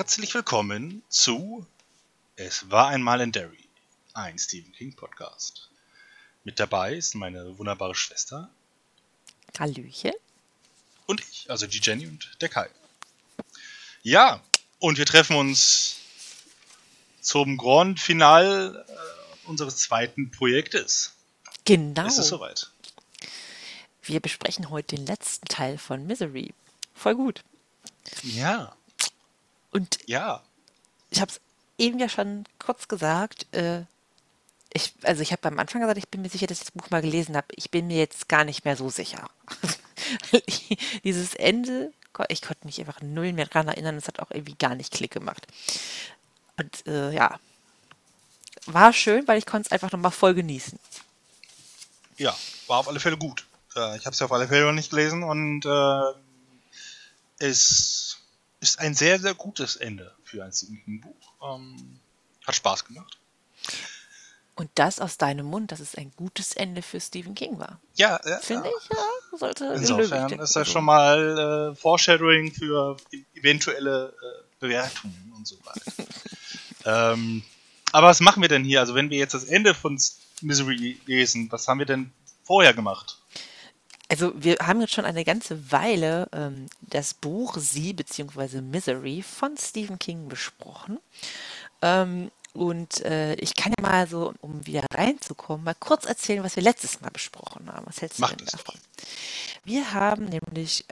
Herzlich willkommen zu Es war einmal in Derry, ein Stephen King Podcast. Mit dabei ist meine wunderbare Schwester Hallöchen. und ich, also die Jenny und der Kai. Ja, und wir treffen uns zum Grand Finale unseres zweiten Projektes. Genau. Ist es soweit? Wir besprechen heute den letzten Teil von Misery. Voll gut. Ja. Und Ja. ich habe es eben ja schon kurz gesagt. Ich habe am Anfang gesagt, ich bin mir sicher, dass ich das Buch mal gelesen habe. Ich bin mir jetzt gar nicht mehr so sicher. Dieses Ende, ich konnte mich einfach null mehr dran erinnern. Es hat auch irgendwie gar nicht Klick gemacht. Und ja, war schön, weil ich konnte es einfach nochmal voll genießen. Ja, war auf alle Fälle gut. Ich habe es ja auf alle Fälle noch nicht gelesen und es ist ein sehr, sehr gutes Ende für ein Stephen King Buch. Hat Spaß gemacht. Und das aus deinem Mund, dass es ein gutes Ende für Stephen King war. Ja, Finde ich, ja, sollte insofern ist das schon mal Foreshadowing für eventuelle Bewertungen und so weiter. Aber was machen wir denn hier? Also wenn wir jetzt das Ende von Misery lesen, was haben wir denn vorher gemacht? Also wir haben jetzt schon eine ganze Weile das Buch Sie bzw. Misery von Stephen King besprochen. Und ich kann ja mal so, um wieder reinzukommen, mal kurz erzählen, was wir letztes Mal besprochen haben. Was hältst du denn davon? Wir haben nämlich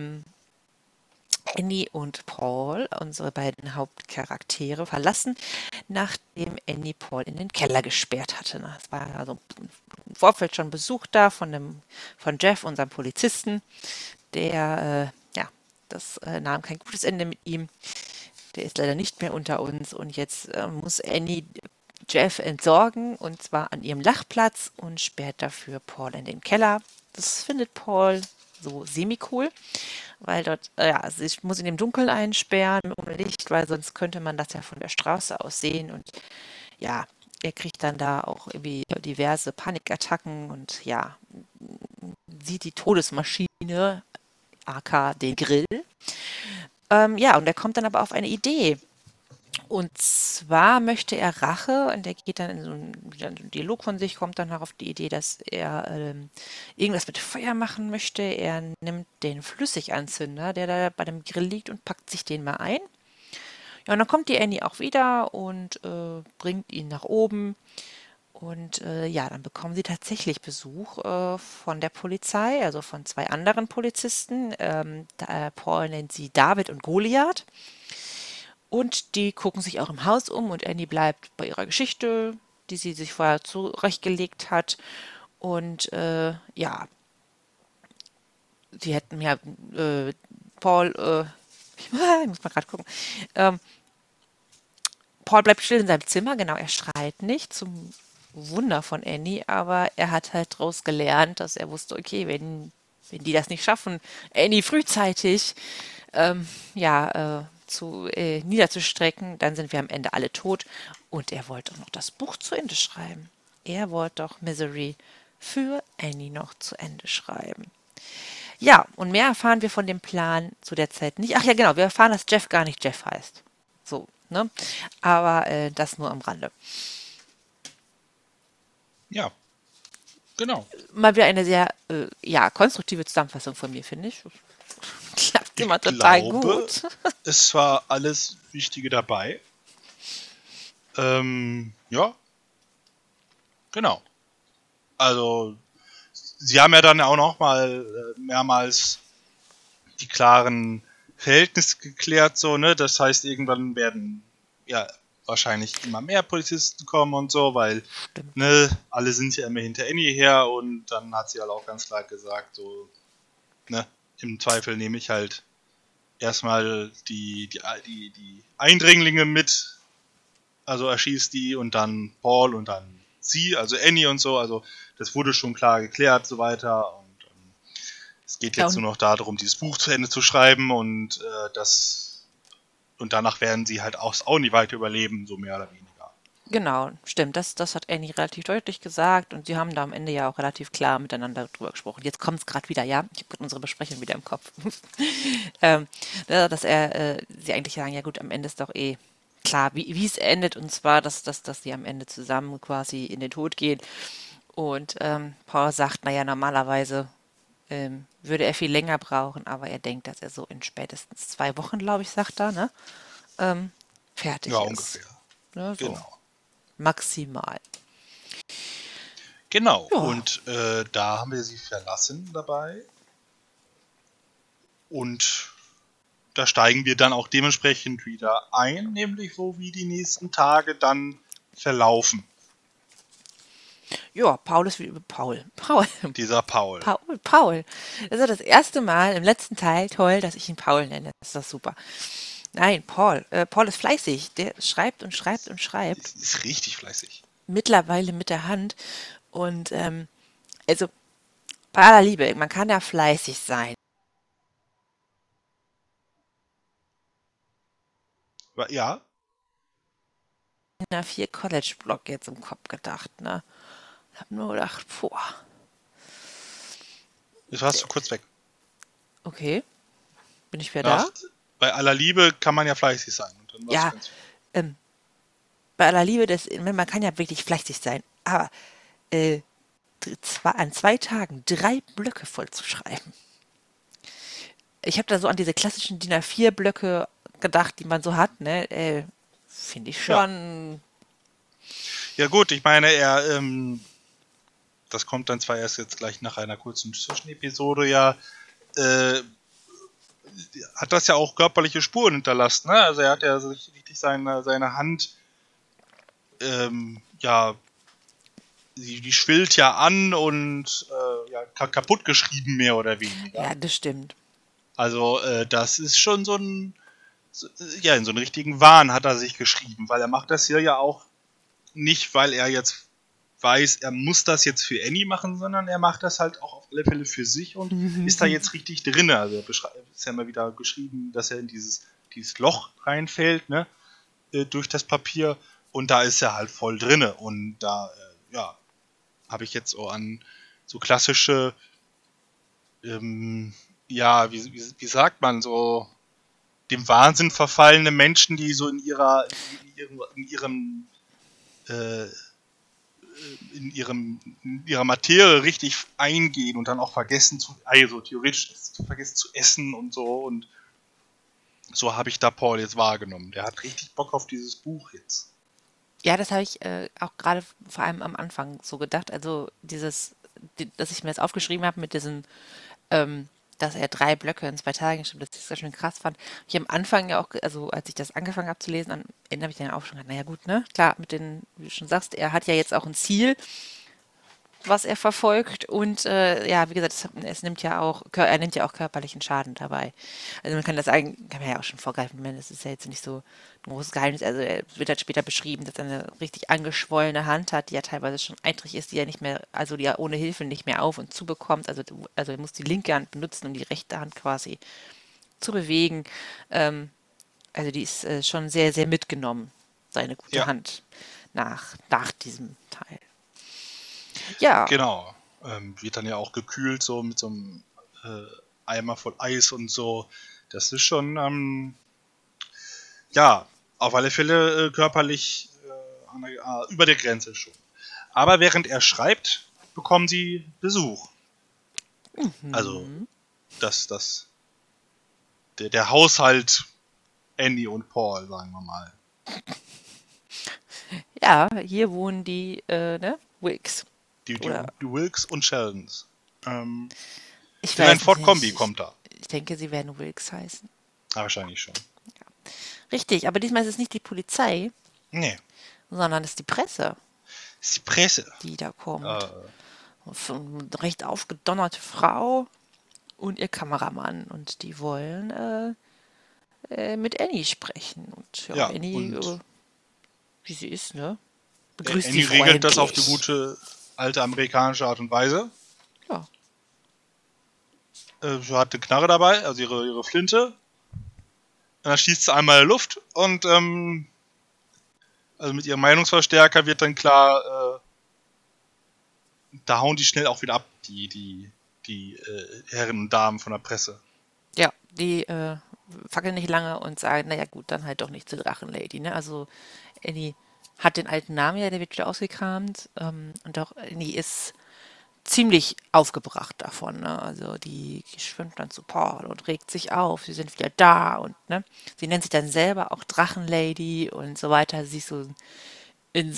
Annie und Paul, unsere beiden Hauptcharaktere, verlassen, nachdem Annie Paul in den Keller gesperrt hatte. Es war also im Vorfeld schon Besuch da von Jeff, unserem Polizisten, der, das nahm kein gutes Ende mit ihm. Der ist leider nicht mehr unter uns und jetzt muss Annie Jeff entsorgen und zwar an ihrem Lachplatz und sperrt dafür Paul in den Keller. Das findet Paul so semi-cool, weil dort, also ich muss ihn im Dunkeln einsperren, ohne Licht, weil sonst könnte man das ja von der Straße aus sehen und ja, er kriegt dann da auch irgendwie diverse Panikattacken und ja, sieht die Todesmaschine, aka den Grill. Ja, und er kommt dann aber auf eine Idee. Und zwar möchte er Rache und er geht dann in so einen Dialog von sich, kommt dann auf die Idee, dass er irgendwas mit Feuer machen möchte. Er nimmt den Flüssiganzünder, der da bei dem Grill liegt und packt sich den mal ein. Ja, und dann kommt die Annie auch wieder und bringt ihn nach oben. Und ja, dann bekommen sie tatsächlich Besuch von der Polizei, also von zwei anderen Polizisten. Paul nennt sie David und Goliath. Und die gucken sich auch im Haus um und Annie bleibt bei ihrer Geschichte, die sie sich vorher zurechtgelegt hat. Und ja, sie hätten ja Paul, ich muss mal gerade gucken. Paul bleibt still in seinem Zimmer, genau, er schreit nicht, zum Wunder von Annie, aber er hat halt daraus gelernt, dass er wusste, okay, wenn die das nicht schaffen, Annie frühzeitig niederzustrecken, dann sind wir am Ende alle tot. Und er wollte auch noch das Buch zu Ende schreiben. Er wollte doch Misery für Annie noch zu Ende schreiben. Ja, und mehr erfahren wir von dem Plan zu der Zeit nicht. Ach ja, genau, wir erfahren, dass Jeff gar nicht Jeff heißt. So, ne? Aber das nur am Rande. Ja, genau. Mal wieder eine sehr konstruktive Zusammenfassung von mir, finde ich. Klappt immer total gut. Es war alles Wichtige dabei. Ja. Genau. Also, sie haben ja dann auch noch mal mehrmals die klaren Verhältnisse geklärt, so, ne? Das heißt, irgendwann werden ja wahrscheinlich immer mehr Polizisten kommen und so, weil, ne, alle sind ja immer hinter Annie her und dann hat sie halt auch ganz klar gesagt, so, ne, im Zweifel nehme ich halt erstmal die Eindringlinge mit, also erschießt die und dann Paul und dann sie, also Annie und so, also das wurde schon klar geklärt, so weiter und es geht jetzt nur noch darum, dieses Buch zu Ende zu schreiben und und danach werden sie halt auch nie weiter überleben, so mehr oder weniger. Genau, stimmt. Das hat Annie relativ deutlich gesagt und sie haben da am Ende ja auch relativ klar miteinander drüber gesprochen. Jetzt kommt es gerade wieder, ja? Ich habe gerade unsere Besprechung wieder im Kopf. ähm, dass sie eigentlich sagen, ja gut, am Ende ist doch eh klar, wie es endet und zwar, dass sie am Ende zusammen quasi in den Tod gehen. Und Paul sagt, naja, normalerweise würde er viel länger brauchen, aber er denkt, dass er so in spätestens 2 Wochen, glaube ich, sagt er, ne? Ja, Fertig ist. ungefähr. Ne, so Genau. maximal. Genau. Ja, Und da haben wir sie verlassen dabei. Und da steigen wir dann auch dementsprechend wieder ein, nämlich wo wie die nächsten Tage dann verlaufen. ja, Paul ist wie Paul. Paul. Dieser Paul. Paul. Das ist das erste Mal im letzten Teil toll, dass ich ihn Paul nenne. Das ist doch super. Nein, Paul. Paul ist fleißig. Der schreibt und schreibt und schreibt. Ist richtig fleißig. Mittlerweile mit der Hand. Und also bei aller Liebe, man kann ja fleißig sein. Ja, In einer 4-College-Block jetzt im Kopf gedacht, ne? Hab nur gedacht, boah, jetzt warst du kurz weg. okay, bin ich wieder Ach, da? bei aller Liebe kann man ja fleißig sein. Und dann warst du Ja, ganz weg. ähm, bei aller Liebe, man kann ja wirklich fleißig sein, aber äh, an 2 Tagen 3 Blöcke voll zu schreiben. Ich habe da so an diese klassischen DIN A4-Blöcke gedacht, die man so hat, ne? Finde ich Ja. schon. Ja gut, ich meine, das kommt dann zwar erst jetzt gleich nach einer kurzen Zwischenepisode, ja, äh, hat das ja auch körperliche Spuren hinterlassen, ne? Also er hat ja sich richtig seine Hand, ja, die schwillt ja an und ja, kaputt geschrieben, mehr oder weniger. Ja, das stimmt. Also das ist schon ja, in so einen richtigen Wahn hat er sich geschrieben, weil er macht das hier ja auch nicht, weil er jetzt weiß, er muss das jetzt für Annie machen, sondern er macht das halt auch auf alle Fälle für sich und ist da jetzt richtig drin. Also er ist ja immer wieder geschrieben, dass er in dieses Loch reinfällt, ne, durch das Papier und da ist er halt voll drinne und da, ja, habe ich jetzt so an so klassische, ja, wie sagt man, so dem Wahnsinn verfallene Menschen, die so äh, in ihrer Materie richtig eingehen und dann auch also theoretisch vergessen zu essen und so. Und so habe ich da Paul jetzt wahrgenommen. Der hat richtig Bock auf dieses Buch jetzt. Ja, das habe ich auch gerade vor allem am Anfang so gedacht. Also dass ich mir das aufgeschrieben habe mit diesen, dass er 3 Blöcke in 2 Tagen schreibt, dass ich das ganz schön krass fand. Ich am Anfang ja auch, also als ich das angefangen habe zu lesen, am Ende habe ich dann auch schon gedacht, naja gut, ne? Klar, wie du schon sagst, er hat ja jetzt auch ein Ziel, was er verfolgt und ja, wie gesagt, er nimmt ja auch körperlichen Schaden dabei. Also man kann kann man ja auch schon vorgreifen, das ist ja jetzt nicht so ein großes Geheimnis. Also er wird halt später beschrieben, dass er eine richtig angeschwollene Hand hat, die ja teilweise schon eitrig ist, die er nicht mehr, also die er ohne Hilfe nicht mehr auf und zu bekommt. Also er muss die linke Hand benutzen, um die rechte Hand quasi zu bewegen. Also die ist schon sehr, sehr mitgenommen, seine gute Ja, Hand nach diesem Teil. Ja, genau. Wird dann ja auch gekühlt, so mit so einem Eimer voll Eis und so. Das ist schon, ja, auf alle Fälle körperlich über der Grenze schon. Aber während er schreibt, bekommen sie Besuch. Also das, der Haushalt Andy und Paul, sagen wir mal. ja, hier wohnen die, ne, Wilkes. Oder Die Wilkes und Sheldons. ich In ein weiß Ford nicht. Kombi kommt da. Ich denke, sie werden Wilkes heißen. Ah, wahrscheinlich schon. Richtig, aber diesmal ist es nicht die Polizei, Nee, sondern es ist die Presse, ist die Presse. die da Äh, kommt. Eine recht aufgedonnerte Frau und ihr Kameramann. Und die wollen mit Annie sprechen. Und ja, ja, Annie, und wie sie ist, ne? Begrüßt sie Andy regelt das auf die freundlich. gute alte amerikanische Art und Weise. Ja, Sie hat eine Knarre dabei, also ihre Flinte. Und dann schießt sie einmal in die Luft und Also mit ihrem Meinungsverstärker wird dann klar, da hauen die schnell auch wieder ab, die Herren und Damen von der Presse. Ja, die fackeln nicht lange und sagen, naja gut, dann halt doch nicht zur Drachenlady, ne? Also Annie hat den alten Namen ja, der wird wieder ausgekramt. Und auch Annie ist ziemlich aufgebracht davon, ne? Also die schwimmt dann zu Paul und regt sich auf, sie sind wieder da und ne? Sie nennt sich dann selber auch Drachenlady und so weiter. Sie ist so in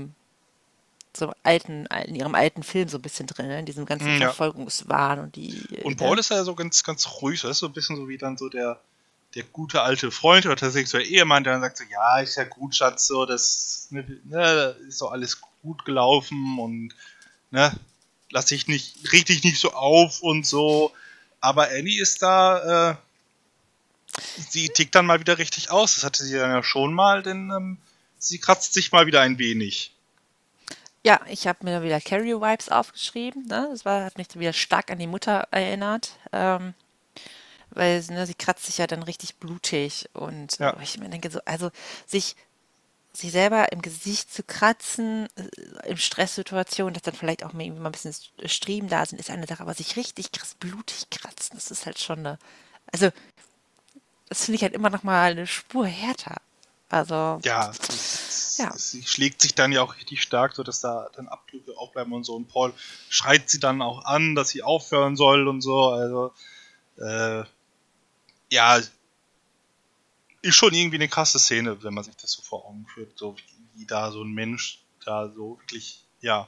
in ihrem alten Film so ein bisschen drin, ne? In diesem ganzen Ja. Verfolgungswahn und die, Und Paul ne? ist ja so ganz, ganz ruhig, das ist so ein bisschen so wie dann so der gute alte Freund oder tatsächlich so der Ehemann, der dann sagt so, ja, ist ja gut, Schatz, so, das ne, ist so alles gut gelaufen und ne, reg dich nicht so auf und so. Aber Annie ist da, sie tickt dann mal wieder richtig aus. Das hatte sie dann ja schon mal, denn sie kratzt sich mal wieder ein wenig. Ja, ich habe mir wieder Carrie-Vibes aufgeschrieben, ne? Hat mich wieder stark an die Mutter erinnert. Weil ne, sie kratzt sich ja dann richtig blutig und Ja, ich mir denke so, also sich sich selber im Gesicht zu kratzen, in Stresssituationen, dass dann vielleicht auch mal irgendwie mal ein bisschen Striemen da sind, ist eine Sache, aber sich richtig krass blutig kratzen, das ist halt schon eine, also das finde ich halt immer noch mal eine Spur härter. Also, ja, ja, sie schlägt sich dann ja auch richtig stark, so dass da dann Abdrücke aufbleiben und so. Und Paul schreit sie dann auch an, dass sie aufhören soll und so. Also, äh, ja, ist schon irgendwie eine krasse Szene, wenn man sich das so vor Augen führt, so wie da so ein Mensch da so wirklich,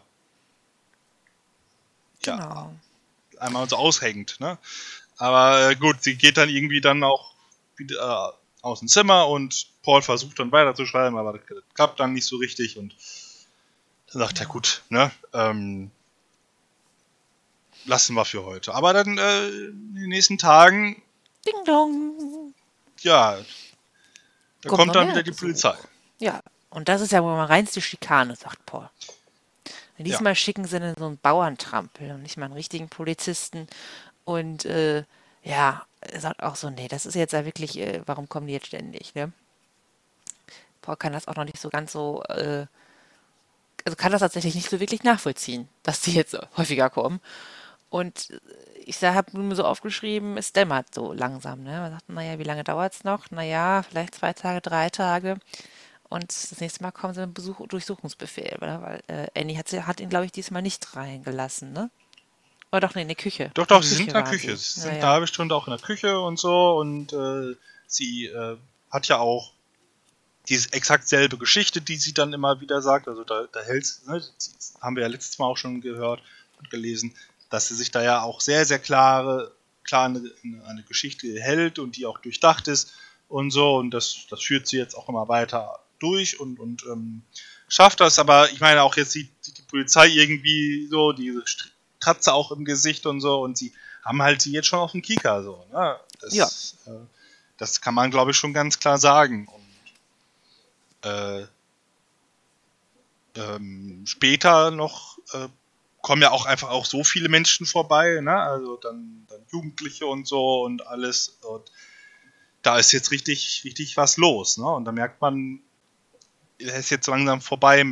ja, genau. einmal so aushängt, ne? Aber gut, sie geht dann irgendwie dann auch wieder aus dem Zimmer und Paul versucht dann weiterzuschreiben, aber das klappt dann nicht so richtig und dann sagt er, Ja. gut, ne, lassen wir für heute. Aber dann in den nächsten Tagen, Ding dong, ja, da kommt kommt noch dann mehr wieder die Polizei. Besuch. Ja, und das ist ja wohl mal reinste Schikane, sagt Paul. Ja. Diesmal schicken sie dann so einen Bauerntrampel und nicht mal einen richtigen Polizisten. Und ja, er sagt auch so, nee, das ist jetzt ja wirklich, warum kommen die jetzt ständig, ne? Paul kann das auch noch nicht so ganz so, also kann das tatsächlich nicht so wirklich nachvollziehen, dass die jetzt häufiger kommen. Und ich habe nur so aufgeschrieben, es dämmert so langsam, ne? Man sagt, naja, wie lange dauert es noch? Naja, vielleicht 2 Tage, 3 Tage. Und das nächste Mal kommen sie mit Durchsuchungsbefehl, oder? Weil Annie hat ihn, glaube ich, diesmal nicht reingelassen, ne? Oder doch, nee, in die Küche. Doch, In doch, der sie sind in Küche der waren Küche. sie. Sie sind eine Naja. halbe Stunde auch in der Küche und so und sie hat ja auch diese exakt selbe Geschichte, die sie dann immer wieder sagt. Also da hält ne, das haben wir ja letztes Mal auch schon gehört und gelesen, dass sie sich da ja auch sehr, sehr klar eine Geschichte hält und die auch durchdacht ist und so. Und das führt sie jetzt auch immer weiter durch und schafft das. Aber ich meine, auch jetzt sieht die Polizei irgendwie so diese Kratzer auch im Gesicht und so und sie haben halt sie jetzt schon auf dem Kieker so. Ne? Ja, Das kann man, glaube ich, schon ganz klar sagen. Und äh, später noch kommen ja auch einfach auch so viele Menschen vorbei, ne? Also dann Jugendliche und so und alles. Und da ist jetzt richtig, richtig was los, ne? Und da merkt man, er ist jetzt langsam vorbei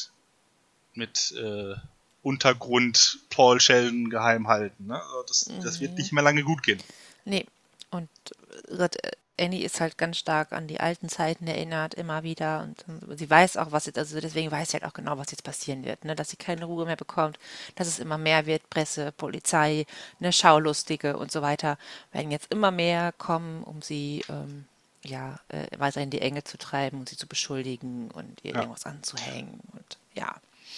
mit Untergrund Paul Sheldon geheim halten, ne? Also das wird nicht mehr lange gut gehen. nee. Und Annie ist halt ganz stark an die alten Zeiten erinnert, immer wieder. Und sie weiß auch, was jetzt, also deswegen weiß sie halt auch genau, was jetzt passieren wird, ne? Dass sie keine Ruhe mehr bekommt, dass es immer mehr wird, Presse, Polizei, ne, Schaulustige und so weiter, werden jetzt immer mehr kommen, um sie ja, weiter in die Enge zu treiben und sie zu beschuldigen und ihr Ja. irgendwas anzuhängen. Und ja,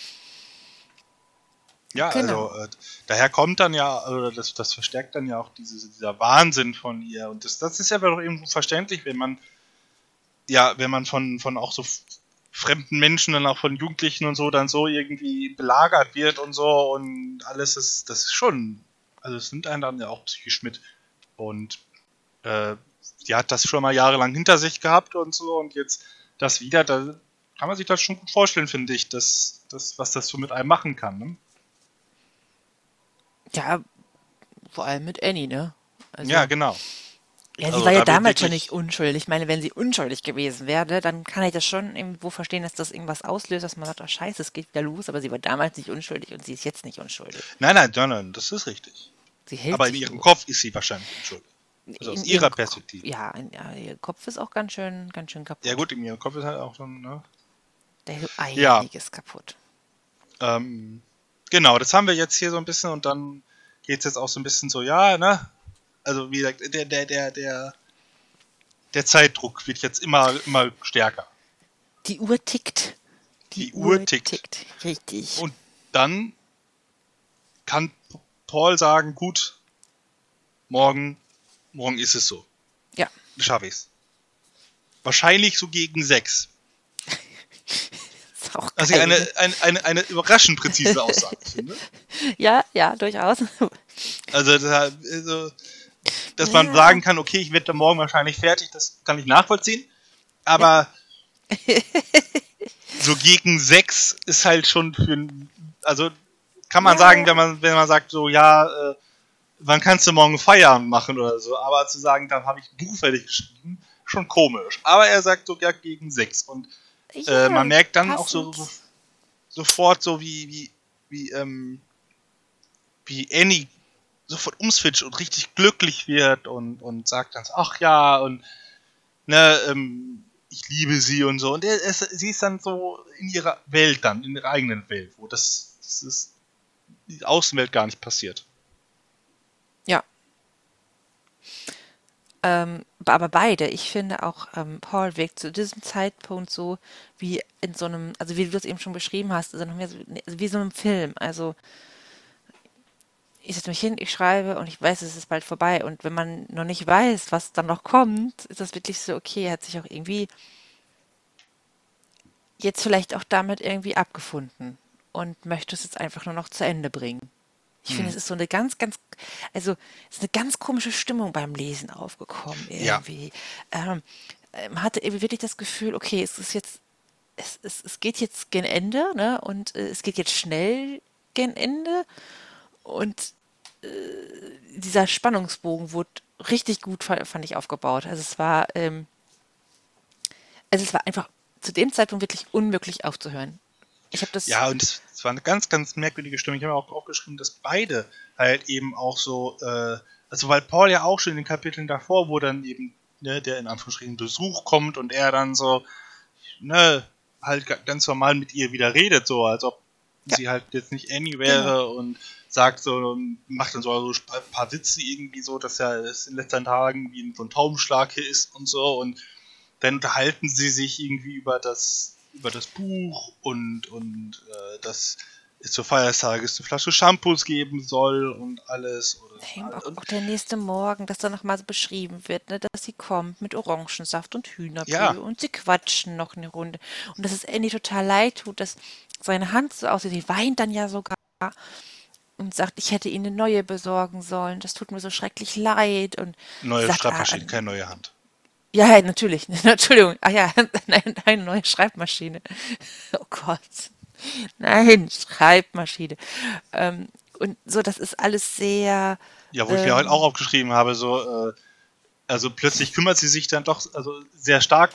Ja, also genau. daher kommt dann ja, oder das verstärkt dann ja auch dieser Wahnsinn von ihr. Und das ist ja doch irgendwo verständlich, wenn man von auch so fremden Menschen, dann auch von Jugendlichen und so, dann so irgendwie belagert wird und so und alles das ist schon, also es nimmt einen dann ja auch psychisch mit. Und äh, die hat das schon mal jahrelang hinter sich gehabt und so und jetzt das wieder, da kann man sich das schon gut vorstellen, finde ich, was das so mit einem machen kann, ne? Ja, vor allem mit Annie, ne? Ja, Also, genau. Ja, sie Also war ja da wird damals schon nicht wirklich, unschuldig. Ich meine, wenn sie unschuldig gewesen wäre, dann kann ich das schon irgendwo verstehen, dass das irgendwas auslöst, dass man sagt, oh Scheiße, es geht wieder los, aber sie war damals nicht unschuldig und sie ist jetzt nicht unschuldig. nein, das ist richtig. Sie hält Aber in sich ihrem nur. Kopf ist sie wahrscheinlich unschuldig. Also aus In ihrer ihrem Kopf, Perspektive. ja, ihr Kopf ist auch ganz schön Ja kaputt. gut, in ihrem Kopf ist halt auch schon, ne? Da ist so Ja, einiges kaputt. ähm, genau, das haben wir jetzt hier so ein bisschen und dann geht es jetzt auch so ein bisschen so, ja, ne? Also wie gesagt, der Zeitdruck wird jetzt immer stärker. Die Uhr tickt. Die Die Uhr Uhr tickt. tickt. Richtig. Und dann kann Paul sagen, gut, morgen, morgen ist es so. Ja, Schaffe ich's. Wahrscheinlich so gegen 6. ist auch Was ich geil. eine überraschend präzise Aussage finde. Ja, ja, durchaus. Also, dass man Ja, sagen kann, okay, ich werde da morgen wahrscheinlich fertig, das kann ich nachvollziehen. Aber so gegen 6 ist halt schon also kann man sagen, ja, wenn man sagt, so, ja, wann kannst du morgen Feierabend machen oder so, aber zu sagen, dann habe ich ein Buch fertig geschrieben, schon komisch. Aber er sagt sogar gegen 6 und man ja, merkt dann auch passend. sofort so wie Annie sofort umswitcht und richtig glücklich wird und sagt dann so, ach ja, und ne, ich liebe sie und so. Und sie ist dann so in ihrer Welt dann, in ihrer eigenen Welt, wo das ist die Außenwelt gar nicht passiert. Ja, aber beide. Ich finde auch, Paul wirkt zu diesem Zeitpunkt so wie in so einem, also wie du es eben schon beschrieben hast, also noch mehr so, also wie so einem Film. Also ich setze mich hin, ich schreibe und ich weiß, es ist bald vorbei. Und wenn man noch nicht weiß, was dann noch kommt, ist das wirklich so, okay, er hat sich auch irgendwie jetzt vielleicht auch damit irgendwie abgefunden und möchte es jetzt einfach nur noch zu Ende bringen. Ich finde, Hm. es ist so eine also es ist eine ganz komische Stimmung beim Lesen aufgekommen Ja, irgendwie. Man hatte irgendwie wirklich das Gefühl, okay, es ist jetzt, es geht jetzt gen Ende, ne? Und es geht jetzt schnell gen Ende. Und dieser Spannungsbogen wurde richtig gut, fand ich, aufgebaut. Also es war einfach zu dem Zeitpunkt wirklich unmöglich aufzuhören. Ich habe das, ja, und es war eine ganz merkwürdige Stimmung. Ich habe auch aufgeschrieben, dass beide halt eben auch so, also weil Paul ja auch schon in den Kapiteln davor, wo dann eben ne, der in Anführungsstrichen Besuch kommt und er dann so, ne, halt ganz normal mit ihr wieder redet, so als ob ja, sie halt jetzt nicht Annie genau. wäre und sagt so, und macht dann so ein paar Witze irgendwie so, dass er es in letzten Tagen wie so ein Taubenschlag hier ist und so und dann unterhalten sie sich irgendwie über das Buch und dass es zur Feiertages eine Flasche Shampoos geben soll und alles. Hey, Und, auch der nächste Morgen, dass da nochmal so beschrieben wird, ne, dass sie kommt mit Orangensaft und ja, Hühnerbrühe und sie quatschen noch eine Runde. Und dass es Andy total leid tut, dass seine Hand so aussieht. Sie weint dann ja sogar und sagt, ich hätte ihnen eine neue besorgen sollen. Das tut mir so schrecklich leid. Und sie neue sagt, Schreibmaschine, keine neue Hand. ja, ja, natürlich. Entschuldigung. Ach ja, nein, eine neue Schreibmaschine. Oh Gott. Nein, Schreibmaschine. Und so, das ist alles sehr, Ja, wo ich mir heute auch ähm, aufgeschrieben habe, so, also plötzlich kümmert sie sich dann doch also sehr stark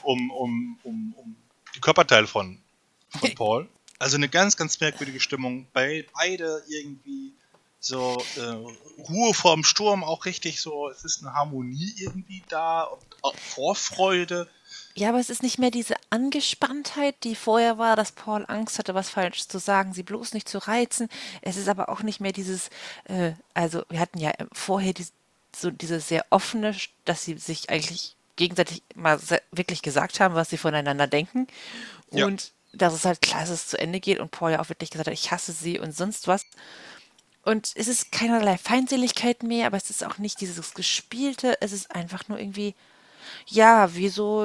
um die Körperteile von Paul. Also eine ganz merkwürdige Stimmung. Beide irgendwie so Ruhe vorm Sturm auch richtig so. Es ist eine Harmonie irgendwie da und auch Vorfreude. ja, aber es ist nicht mehr diese Angespanntheit, die vorher war, dass Paul Angst hatte, was Falsches zu sagen, sie bloß nicht zu reizen. Es ist aber auch nicht mehr dieses, also wir hatten ja vorher so diese sehr offene, dass sie sich eigentlich gegenseitig mal wirklich gesagt haben, was sie voneinander denken. Ja, Und dass es halt klar ist, dass es zu Ende geht und Paul ja auch wirklich gesagt hat, ich hasse sie und sonst was. Und es ist keinerlei Feindseligkeit mehr, aber es ist auch nicht dieses Gespielte, es ist einfach nur irgendwie, ja, wie so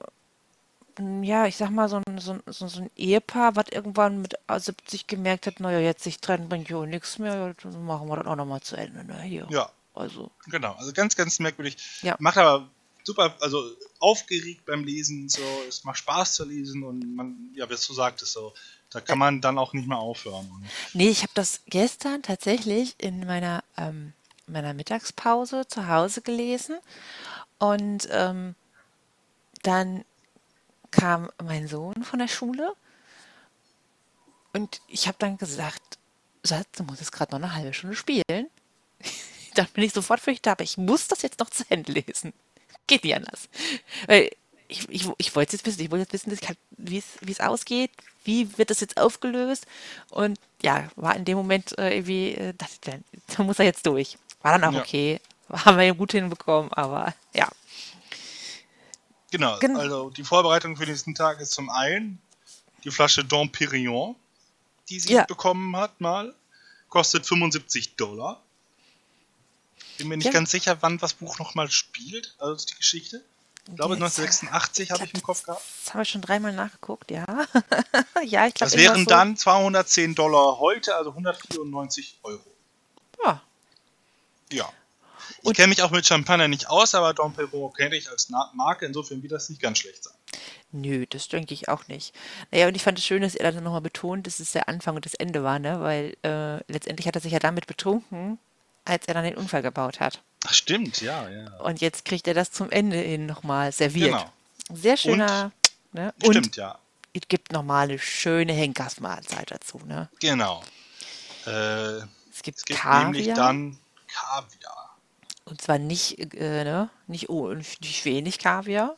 ja, ich sag mal, so ein Ehepaar, was irgendwann mit 70 gemerkt hat, naja, jetzt sich trennen bringt ja nichts mehr, ja, dann machen wir das auch nochmal zu Ende, ne, hier. ja, Also, genau. Also ganz merkwürdig. ja. Macht aber super, also aufgeregt beim Lesen, so, es macht Spaß zu lesen und man, ja, wie du sagtest, so, da kann man dann auch nicht mehr aufhören. Und Nee, ich habe das gestern tatsächlich in meiner Mittagspause zu Hause gelesen Und dann kam mein Sohn von der Schule und ich habe dann gesagt, Schatz, du musst jetzt gerade noch eine halbe Stunde spielen. Dann bin ich sofort fürchtet, aber ich muss das jetzt noch zu Ende lesen. Geht nicht anders. Weil ich wollte jetzt wissen, ich wollte jetzt wissen, dass ich halt, wie es ausgeht, wie wird das jetzt aufgelöst. Und ja, war in dem Moment irgendwie, dachte ich, da muss er jetzt durch. War dann auch Ja, okay. Haben wir ja gut hinbekommen, aber ja. genau. Genau. Also die Vorbereitung für diesen Tag ist zum einen die Flasche Dom Pérignon, die sie Ja, bekommen hat mal. Kostet $75. Bin mir nicht ja, ganz sicher, wann das Buch nochmal spielt, also die Geschichte. Ich glaube jetzt, 1986 habe glaub, ich im Kopf gehabt. das habe ich schon dreimal nachgeguckt, ja. Ja, ich glaube Das irgendwas wären so. dann $210 heute, also 194 Euro. Ja. Ja. Ich Und kenne mich auch mit Champagner nicht aus, aber Dom Perignon kenne ich als Marke, insofern wird das nicht ganz schlecht sein. nö, das denke ich auch nicht. Naja, und ich fand es schön, dass er dann nochmal betont, dass es der Anfang und das Ende war, ne? Weil letztendlich hat er sich ja damit betrunken, als er dann den Unfall gebaut hat. Ach, stimmt, ja, ja. Und jetzt kriegt er das zum Ende hin nochmal serviert. Genau. Sehr Und, schöner, ne? Und stimmt, ja. es gibt nochmal eine schöne Henkersmahlzeit dazu, ne? Genau. Äh, Es gibt Es gibt nämlich Kaviar, dann Kaviar. und zwar nicht, ne? Nicht wenig Kaviar.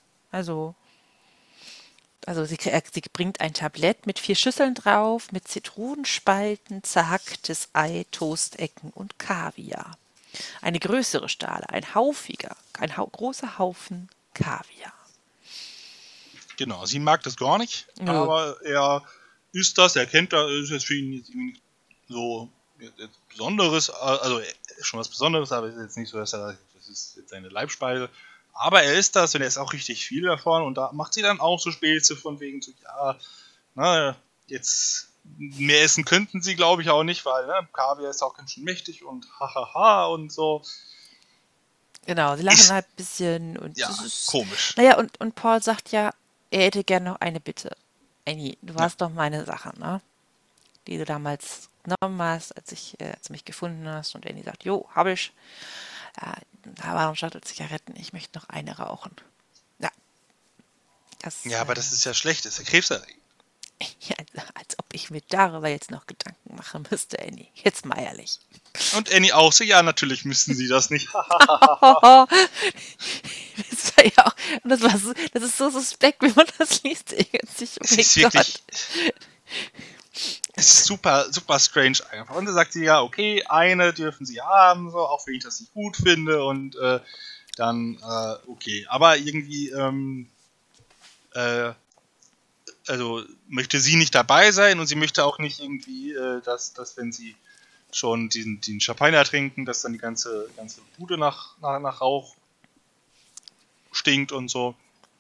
Also sie bringt ein Tablett mit 4 Schüsseln drauf, mit Zitronenspalten, zerhacktes Ei, Toastecken und Kaviar. Eine größere Stale, großer Haufen Kaviar. Genau, sie mag das gar nicht, Nö, aber er isst das, er kennt das, ist jetzt für ihn jetzt irgendwie nicht so jetzt Besonderes, also schon was Besonderes, aber es ist jetzt nicht so, dass er sagt, das ist jetzt seine Leibspeise. Aber er isst das und er isst auch richtig viel davon und da macht sie dann auch so Späße von wegen so, ja, na, jetzt mehr essen könnten sie, glaube ich, auch nicht, weil ne, Kaviar ist auch ganz schön mächtig und hahaha und so. genau, sie lachen Ist, halt ein bisschen und ja, das ist. komisch. Naja, und Paul sagt ja, er hätte gerne noch eine Bitte. Annie, du Ja, hast doch meine Sache, ne? Die du damals genommen hast, als du mich gefunden hast. Und Annie sagt, jo, hab ich. Da war noch Schachtel Zigaretten, ich möchte noch eine rauchen. Ja, das, ja, aber das ist ja schlecht, das ist ja krebserregend. ja, als ob ich mir darüber jetzt noch Gedanken machen müsste, Annie. Jetzt mal ehrlich. Und Annie auch so, ja, natürlich müssen sie das nicht. Das war ja auch, und das ist so suspekt, wenn man das liest. Irgendwie. Oh Es mein ist Gott. wirklich, es ist super, super strange einfach. Und dann sagt sie, ja, okay, eine dürfen sie haben, so, auch wenn ich das nicht gut finde und dann, okay. Aber irgendwie, äh, also möchte sie nicht dabei sein und sie möchte auch nicht irgendwie, dass wenn sie schon den Champagner trinken, dass dann die ganze Bude nach Rauch stinkt und so.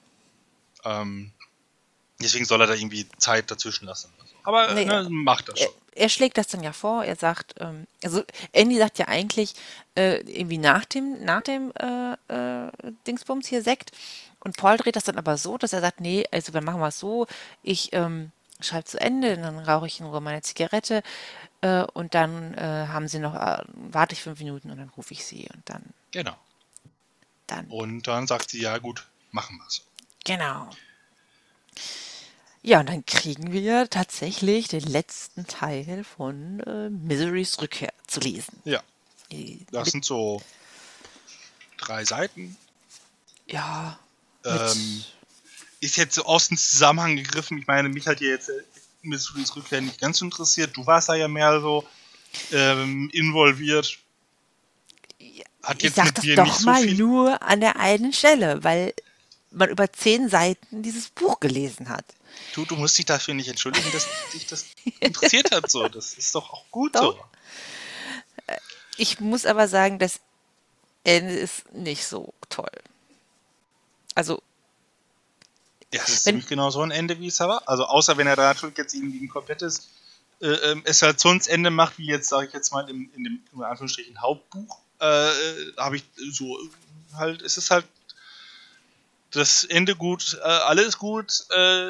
Ähm, Deswegen soll er da irgendwie Zeit dazwischen lassen. Aber Nee, ne, macht das er, schon. er schlägt das dann ja vor. Er sagt, also Andy sagt ja eigentlich irgendwie nach dem Dingsbums hier Sekt. Und Paul dreht das dann aber so, dass er sagt, nee, also dann machen wir es so, ich schreibe zu Ende, dann rauche ich in Ruhe meine Zigarette und dann haben sie noch, warte ich 5 Minuten und dann rufe ich sie und Genau. dann, Und dann sagt sie, ja gut, machen wir so. genau. Ja, und dann kriegen wir tatsächlich den letzten Teil von Miserys Rückkehr zu lesen. Ja, das Mit, sind so 3 Seiten. ja, Ähm, mit, ist jetzt so aus dem Zusammenhang gegriffen. Ich meine, mich hat ja jetzt Missouri's Rückkehr nicht ganz so interessiert. Du warst da ja mehr so involviert. Hat ich jetzt sag mit das dir nicht doch so mal viel. nur an der einen Stelle, weil man über 10 Seiten dieses Buch gelesen hat. Du musst dich dafür nicht entschuldigen, dass dich das interessiert hat. So, das ist doch auch gut Doch. so. Ich muss aber sagen, das Ende ist nicht so toll. Also, Ja, es ist wenn, ziemlich genau so ein Ende, wie es da war. Also außer wenn er da natürlich jetzt irgendwie ein komplettes Eskalationsende macht, wie jetzt, sage ich jetzt mal, in dem in Anführungsstrichen Hauptbuch, habe ich so halt, es ist halt das Ende gut, alles gut.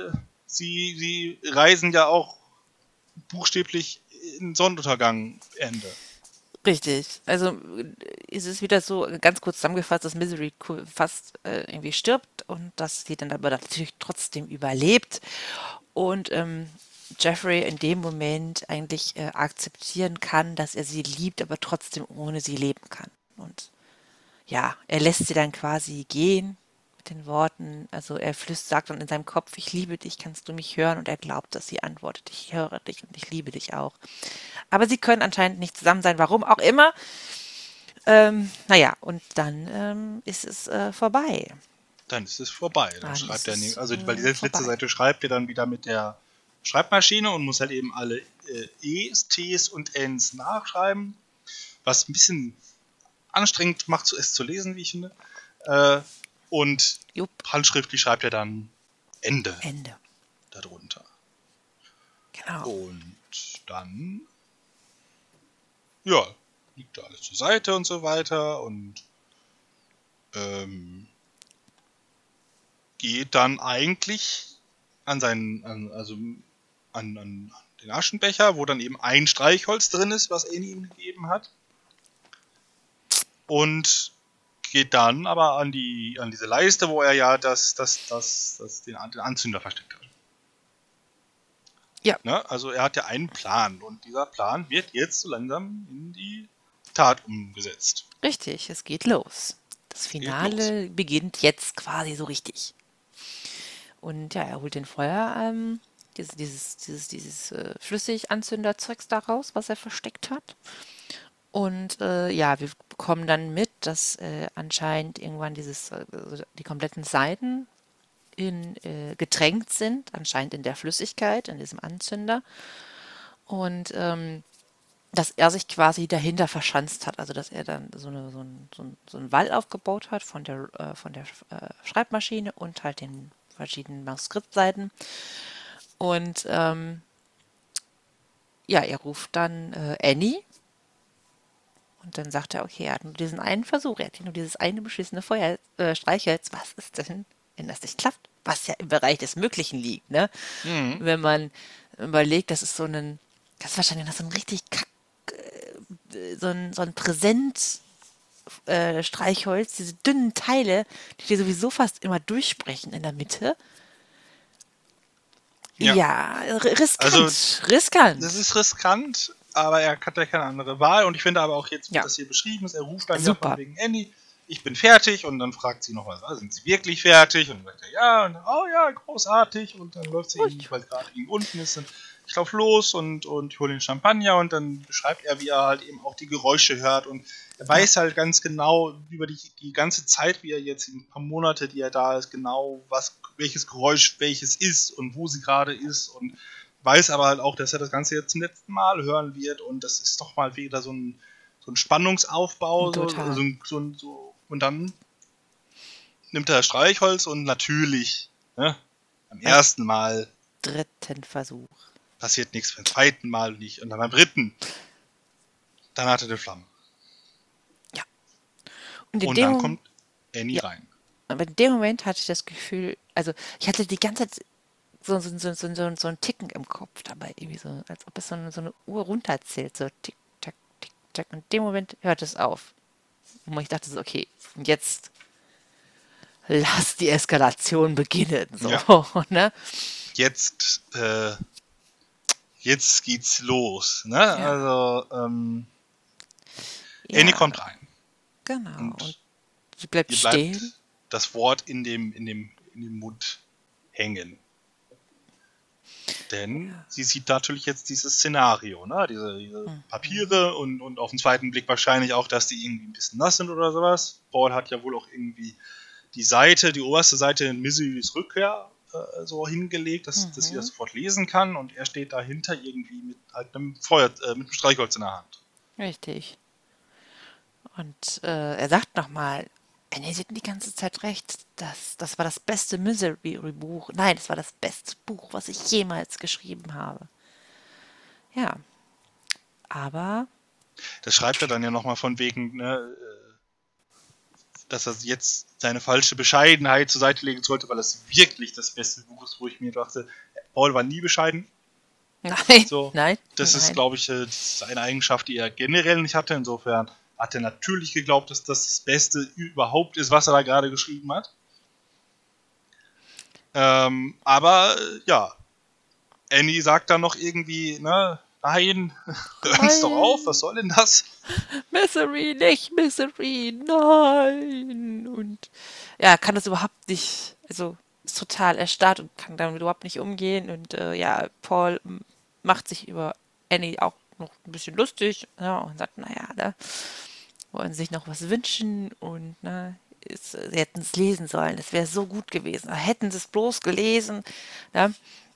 Sie reisen ja auch buchstäblich in Sonnenuntergang Ende. Richtig. Also ist es wieder so ganz kurz zusammengefasst, dass Misery fast irgendwie stirbt und dass sie dann aber natürlich trotzdem überlebt und Jeffrey in dem Moment eigentlich akzeptieren kann, dass er sie liebt, aber trotzdem ohne sie leben kann. Und ja, er lässt sie dann quasi gehen mit den Worten, also er sagt dann in seinem Kopf, ich liebe dich, kannst du mich hören? Und er glaubt, dass sie antwortet, ich höre dich und ich liebe dich auch. Aber sie können anscheinend nicht zusammen sein, warum auch immer. Naja, und dann ist es vorbei. Dann ist es vorbei. Dann Dann schreibt ist er, es also weil die letzte vorbei. Seite schreibt er dann wieder mit der Schreibmaschine und muss halt eben alle E's, T's und N's nachschreiben, was ein bisschen anstrengend macht, es zu lesen, wie ich finde. Und Jupp, handschriftlich schreibt er dann Ende Ende. darunter. Genau. Und dann, ja, liegt da alles zur Seite und so weiter und geht dann eigentlich an an den Aschenbecher, wo dann eben ein Streichholz drin ist, was Annie ihm gegeben hat. Und geht dann aber an diese Leiste, wo er ja den Anzünder versteckt hat. Ja, Ne? Also er hat ja einen Plan und dieser Plan wird jetzt so langsam in die Tat umgesetzt. richtig, es geht los. Das Geht los. Finale beginnt jetzt quasi so richtig. Und ja, er holt den Feuer, dieses Flüssiganzünderzeugs da raus, was er versteckt hat. Und ja, wir bekommen dann mit, dass anscheinend irgendwann also die kompletten Seiten getränkt sind, anscheinend in der Flüssigkeit, in diesem Anzünder. Und dass er sich quasi dahinter verschanzt hat, also dass er dann so einen Wall aufgebaut hat von der Schreibmaschine und halt den verschiedenen Manuskriptseiten. Und ja, er ruft dann Annie und dann sagt er, okay, er hat nur diesen einen Versuch, er hat nur dieses eine beschissene Streichholz. Was ist denn, wenn das nicht klappt? Was ja im Bereich des Möglichen liegt, ne? Mhm. Wenn man überlegt, das ist wahrscheinlich noch so ein richtig so ein Präsent Streichholz, diese dünnen Teile, die dir sowieso fast immer durchbrechen in der Mitte. Ja. Ja, Also riskant, riskant. das ist riskant, aber er hat ja keine andere Wahl. Und ich finde aber auch jetzt, wie Ja, das hier beschrieben ist, er ruft dann ja von super. wegen Annie, ich bin fertig. Und dann fragt sie noch was, sind Sie wirklich fertig? Und dann sagt er, ja. Und dann, oh ja, großartig. Und dann läuft sie irgendwie, weil gerade gegen unten ist. Und ich laufe los und ich hole den Champagner. Und dann beschreibt er, wie er halt eben auch die Geräusche hört. Und er Ja, weiß halt ganz genau über die ganze Zeit, wie er jetzt ein paar Monate, die er da ist, genau welches Geräusch welches ist und wo sie gerade ist. Und weiß aber halt auch, dass er das Ganze jetzt zum letzten Mal hören wird und das ist doch mal wieder so ein Spannungsaufbau total. und dann nimmt er das Streichholz und natürlich, ne, am Beim ersten Mal dritten Versuch. passiert nichts, beim zweiten Mal nicht und dann beim dritten, dann hat er die Flamme. Ja. Und in Und dem dann Moment, kommt Annie ja, rein. aber in dem Moment hatte ich das Gefühl, also ich hatte die ganze Zeit so ein Ticken im Kopf dabei, irgendwie so, als ob es so eine Uhr runterzählt, so tick, tack, tick, tack. Und in dem Moment hört es auf. Und ich dachte so, okay, jetzt lass die Eskalation beginnen, so, Ja, ne? jetzt, jetzt geht's los, ne? Ja, Also, Annie ja, kommt rein genau. Und und sie bleibt ihr stehen. bleibt das Wort in dem Mund hängen. Denn Ja. sie sieht natürlich jetzt dieses Szenario, ne? Diese Mhm. Papiere und auf den zweiten Blick wahrscheinlich auch, dass die irgendwie ein bisschen nass sind oder sowas. Paul hat ja wohl auch irgendwie die oberste Seite in Miserys Rückkehr so hingelegt, dass sie das Mhm. sofort lesen kann und er steht dahinter irgendwie mit halt einem Feuer, mit einem Streichholz in der Hand. Richtig. Und er sagt nochmal, nee, sie hatten die ganze Zeit recht. Das war das beste Misery-Buch. Nein, das war das beste Buch, was ich jemals geschrieben habe. Ja, aber Das schreibt er dann ja nochmal von wegen, ne, dass er jetzt seine falsche Bescheidenheit zur Seite legen sollte, weil es wirklich das beste Buch ist, wo ich mir dachte, Paul war nie bescheiden. Nein, So, nein, das ist, nein. glaube ich, das ist eine Eigenschaft, die er generell nicht hatte. Insofern hat er natürlich geglaubt, dass das Beste überhaupt ist, was er da gerade geschrieben hat. Aber ja, Annie sagt dann noch irgendwie, ne, nein, hör uns doch auf, was Nein, soll denn das? Misery, nicht Misery, nein. Und ja, kann das überhaupt nicht, also ist total erstarrt und kann damit überhaupt nicht umgehen. Und ja, Paul macht sich über Annie auch noch ein bisschen lustig, ja, und sagt, naja, da wollen sie sich noch was wünschen und sie hätten es lesen sollen, es wäre so gut gewesen. Hätten sie es bloß gelesen. Ja,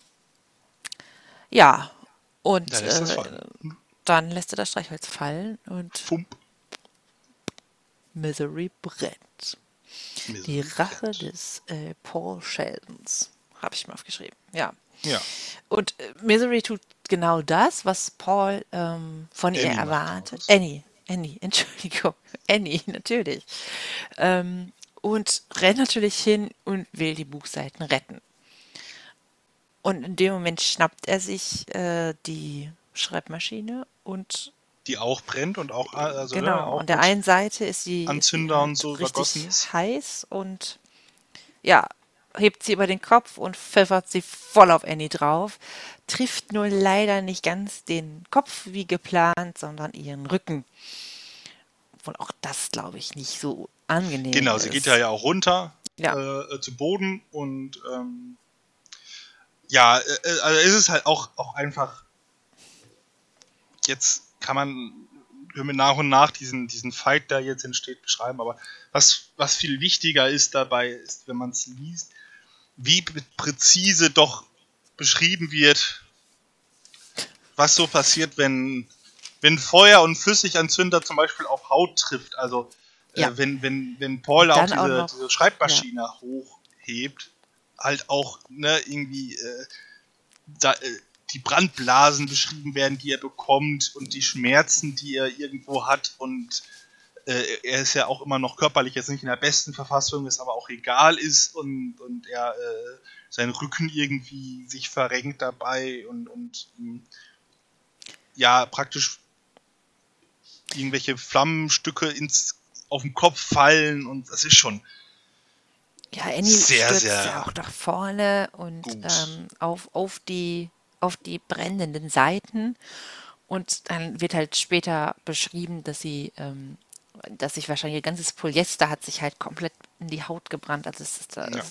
ja. Da Und lässt das fallen. dann lässt er das Streichholz fallen und Fump, Misery brennt. Die Misery Rache brennt. des Paul Sheldons. Habe ich mal aufgeschrieben. Ja. Ja, Und Misery tut genau das, was Paul von ihr Annie macht genau erwartet. das. Annie, Entschuldigung. Annie, natürlich. Und rennt natürlich hin und will die Buchseiten retten. Und in dem Moment schnappt er sich die Schreibmaschine und Die auch brennt und auch, also ne, genau, an auch der mit einen Seite ist sie Anzünder halt und so übergossen richtig ist. heiß und ja, hebt sie über den Kopf und pfeffert sie voll auf Annie drauf, trifft nur leider nicht ganz den Kopf wie geplant, sondern ihren Rücken. Obwohl auch das, glaube ich, nicht so angenehm Genau, sie geht ja ist. auch runter Ja, zu Boden und ja, also ist es halt auch einfach, jetzt können wir nach und nach diesen Fight, der jetzt entsteht, beschreiben, aber was viel wichtiger ist dabei, ist, wenn man es liest, wie präzise doch beschrieben wird, was so passiert, wenn Feuer und Flüssiganzünder zum Beispiel auf Haut trifft. Also ja. wenn Paul Und auch dann auch diese noch, ja, Schreibmaschine hochhebt, halt auch ne, irgendwie da, die Brandblasen beschrieben werden, die er bekommt und die Schmerzen, die er irgendwo hat und er ist ja auch immer noch körperlich jetzt nicht in der besten Verfassung, ist aber auch egal ist und er sein Rücken irgendwie sich verrenkt dabei und ja praktisch irgendwelche Flammenstücke auf den Kopf fallen und das ist schon ja, Annie sehr, stürzt ja sehr auch nach vorne und gut. auf die brennenden Seiten. Und dann wird halt später beschrieben, dass sich wahrscheinlich ihr ganzes Polyester hat sich halt komplett in die Haut gebrannt. Also es ist Ja.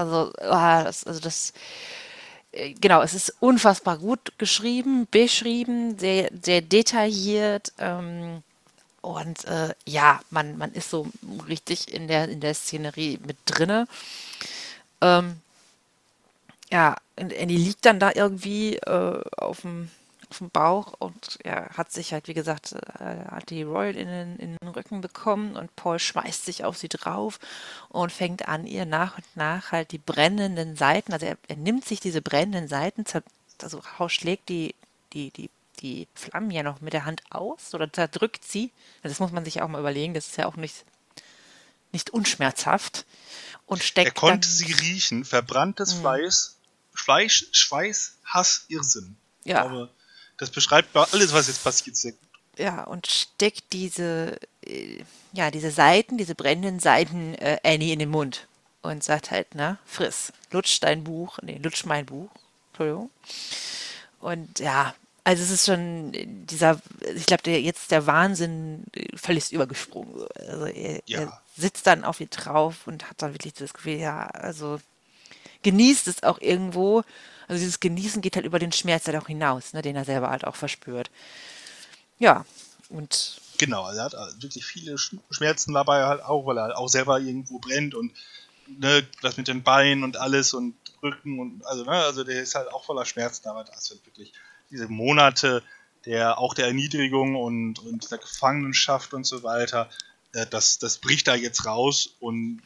genau, es ist unfassbar gut geschrieben, beschrieben, sehr, sehr detailliert. Und ja, man ist so richtig in der Szenerie mit drinne. Ähm, ja, und Annie liegt dann da irgendwie auf dem Bauch und ja, hat sich halt, wie gesagt, hat die Royal in den Rücken bekommen und Paul schmeißt sich auf sie drauf und fängt an, ihr nach und nach halt die brennenden Seiten, also er nimmt sich diese brennenden Seiten, also schlägt die Flammen ja noch mit der Hand aus oder zerdrückt sie. Das muss man sich ja auch mal überlegen, das ist ja auch nicht unschmerzhaft und Er steckt konnte dann, sie riechen, verbranntes Fleisch, Schweiß, Hass, Irrsinn. Ich ja, glaube, das beschreibt alles, was jetzt passiert, sehr gut. ja, und steckt ja, diese Seiten, diese brennenden Seiten Annie in den Mund und sagt halt, na, friss, lutsch dein Buch, nee, lutsch mein Buch, Entschuldigung. Und ja, also es ist schon ich glaube, jetzt der Wahnsinn völlig übergesprungen. So. Also er Ja, sitzt dann auf ihr drauf und hat dann wirklich das Gefühl, ja, also genießt es auch irgendwo. Also dieses Genießen geht halt über den Schmerz halt auch hinaus, ne, den er selber halt auch verspürt. Ja, und genau. Also er hat wirklich viele Schmerzen dabei, halt auch, weil er halt auch selber irgendwo brennt und ne, das mit den Beinen und alles und Rücken und also der ist halt auch voller Schmerzen, aber da ist halt wirklich diese Monate der Erniedrigung und der Gefangenschaft und so weiter, das bricht da jetzt raus und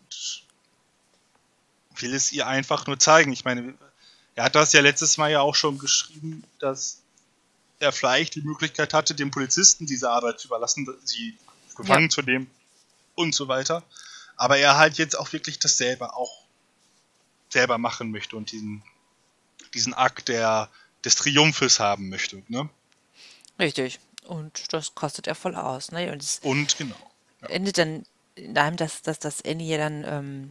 will es ihr einfach nur zeigen. Ich meine, er hat das ja letztes Mal ja auch schon geschrieben, dass er vielleicht die Möglichkeit hatte, dem Polizisten diese Arbeit zu überlassen, sie ja, gefangen zu nehmen und so weiter. Aber er halt jetzt auch wirklich das selber machen möchte und diesen Akt des Triumphes haben möchte, ne? Richtig. Und das kostet er voll aus, ne? Und es Und genau. endet dann in einem, dass Annie ja dann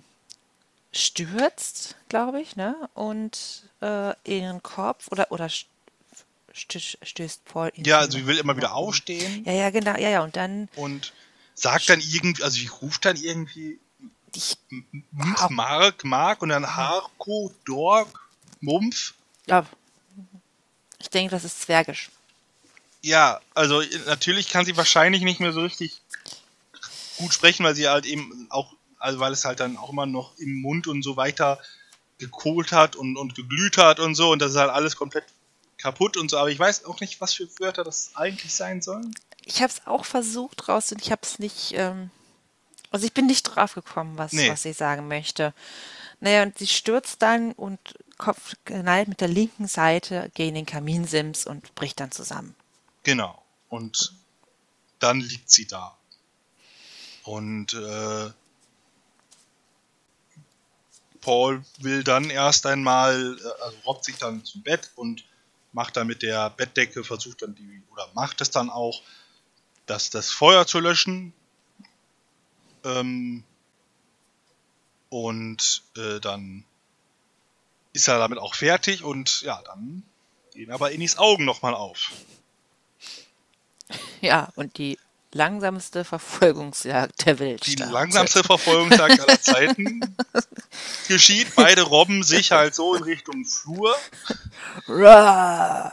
stürzt, glaube ich, ne? Und ihren Kopf oder stößt Paul ihn Ja, schon also sie will immer nach wieder oben. aufstehen Ja, ja, genau, ja, ja. Und dann und sagt dann irgendwie, also sie ruft dann irgendwie ich, Mark und dann Harko, Dork, Mumpf. ja, ich denke, das ist Zwergisch. Ja, also natürlich kann sie wahrscheinlich nicht mehr so richtig gut sprechen, weil sie halt eben auch, also weil es halt dann auch immer noch im Mund und so weiter gekohlt hat und geglüht hat und so und das ist halt alles komplett kaputt und so, aber ich weiß auch nicht, was für Wörter das eigentlich sein sollen. Ich habe es auch versucht raus und ich habe es nicht, also ich bin nicht drauf gekommen, Nee, was sie sagen möchte. Naja, und sie stürzt dann und Kopf knallt mit der linken Seite gegen den Kaminsims und bricht dann zusammen. genau. Und dann liegt sie da. Und Paul will dann erst einmal, also robbt sich dann zum Bett und macht dann mit der Bettdecke, versucht dann oder macht es dann auch, das Feuer zu löschen. Und dann ist er damit auch fertig und ja, dann gehen aber Innis Augen nochmal auf. Ja, und die langsamste Verfolgungsjagd der Welt Die startet. langsamste Verfolgungsjagd aller Zeiten geschieht. Beide robben sich halt so in Richtung Flur. Da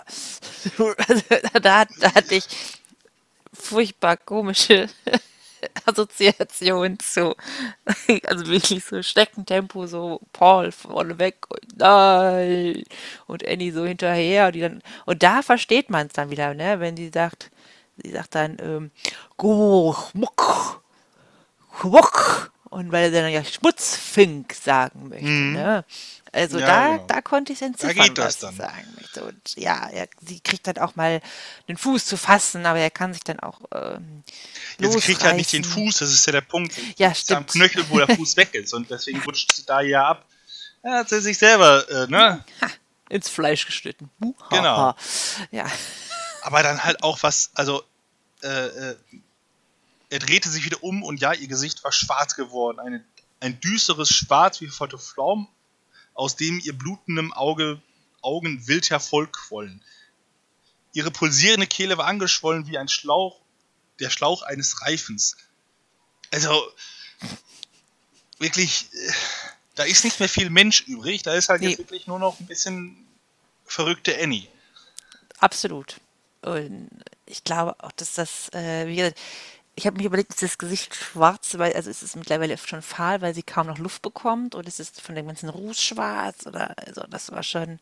hatte ich furchtbar komische Assoziationen zu. Also wirklich so Schneckentempo, so Paul vorne weg und nein. Und Annie so hinterher. Und da versteht man es dann wieder, ne? Wenn sie sagt dann, go, muck, Quock. Und weil er dann ja Schmutzfink sagen möchte, Mhm. ne? Also Ja, genau. da konnte ich Da entziffern, geht das was sie dann. sagen möchte. Und ja, sie kriegt dann auch mal den Fuß zu fassen, aber er kann sich dann auch Ja, sie kriegt halt nicht den losreißen. Fuß, das ist ja der Punkt. Sie Ja, ist ja am stimmt. Knöchel, wo der Fuß weg ist und deswegen rutscht sie da ja ab. Ja, hat sie sich selber, ne? Ins Fleisch geschnitten. Genau. Ja. Aber dann halt auch was, also äh, äh, er drehte sich wieder um und ja, ihr Gesicht war schwarz geworden. Ein düsteres Schwarz wie Photo Flaum, aus dem ihr blutendem Augen wild hervorquollen. Ihre pulsierende Kehle war angeschwollen wie der Schlauch eines Reifens. Also, wirklich, da ist nicht mehr viel Mensch übrig. Da ist halt Nee, jetzt wirklich nur noch ein bisschen verrückte Annie. absolut. Und ich glaube auch, dass wie gesagt, ich habe mich überlegt, ist das Gesicht schwarz, weil, also ist es mittlerweile schon fahl, weil sie kaum noch Luft bekommt, oder ist es von dem ganzen Ruß schwarz, oder, also das war schon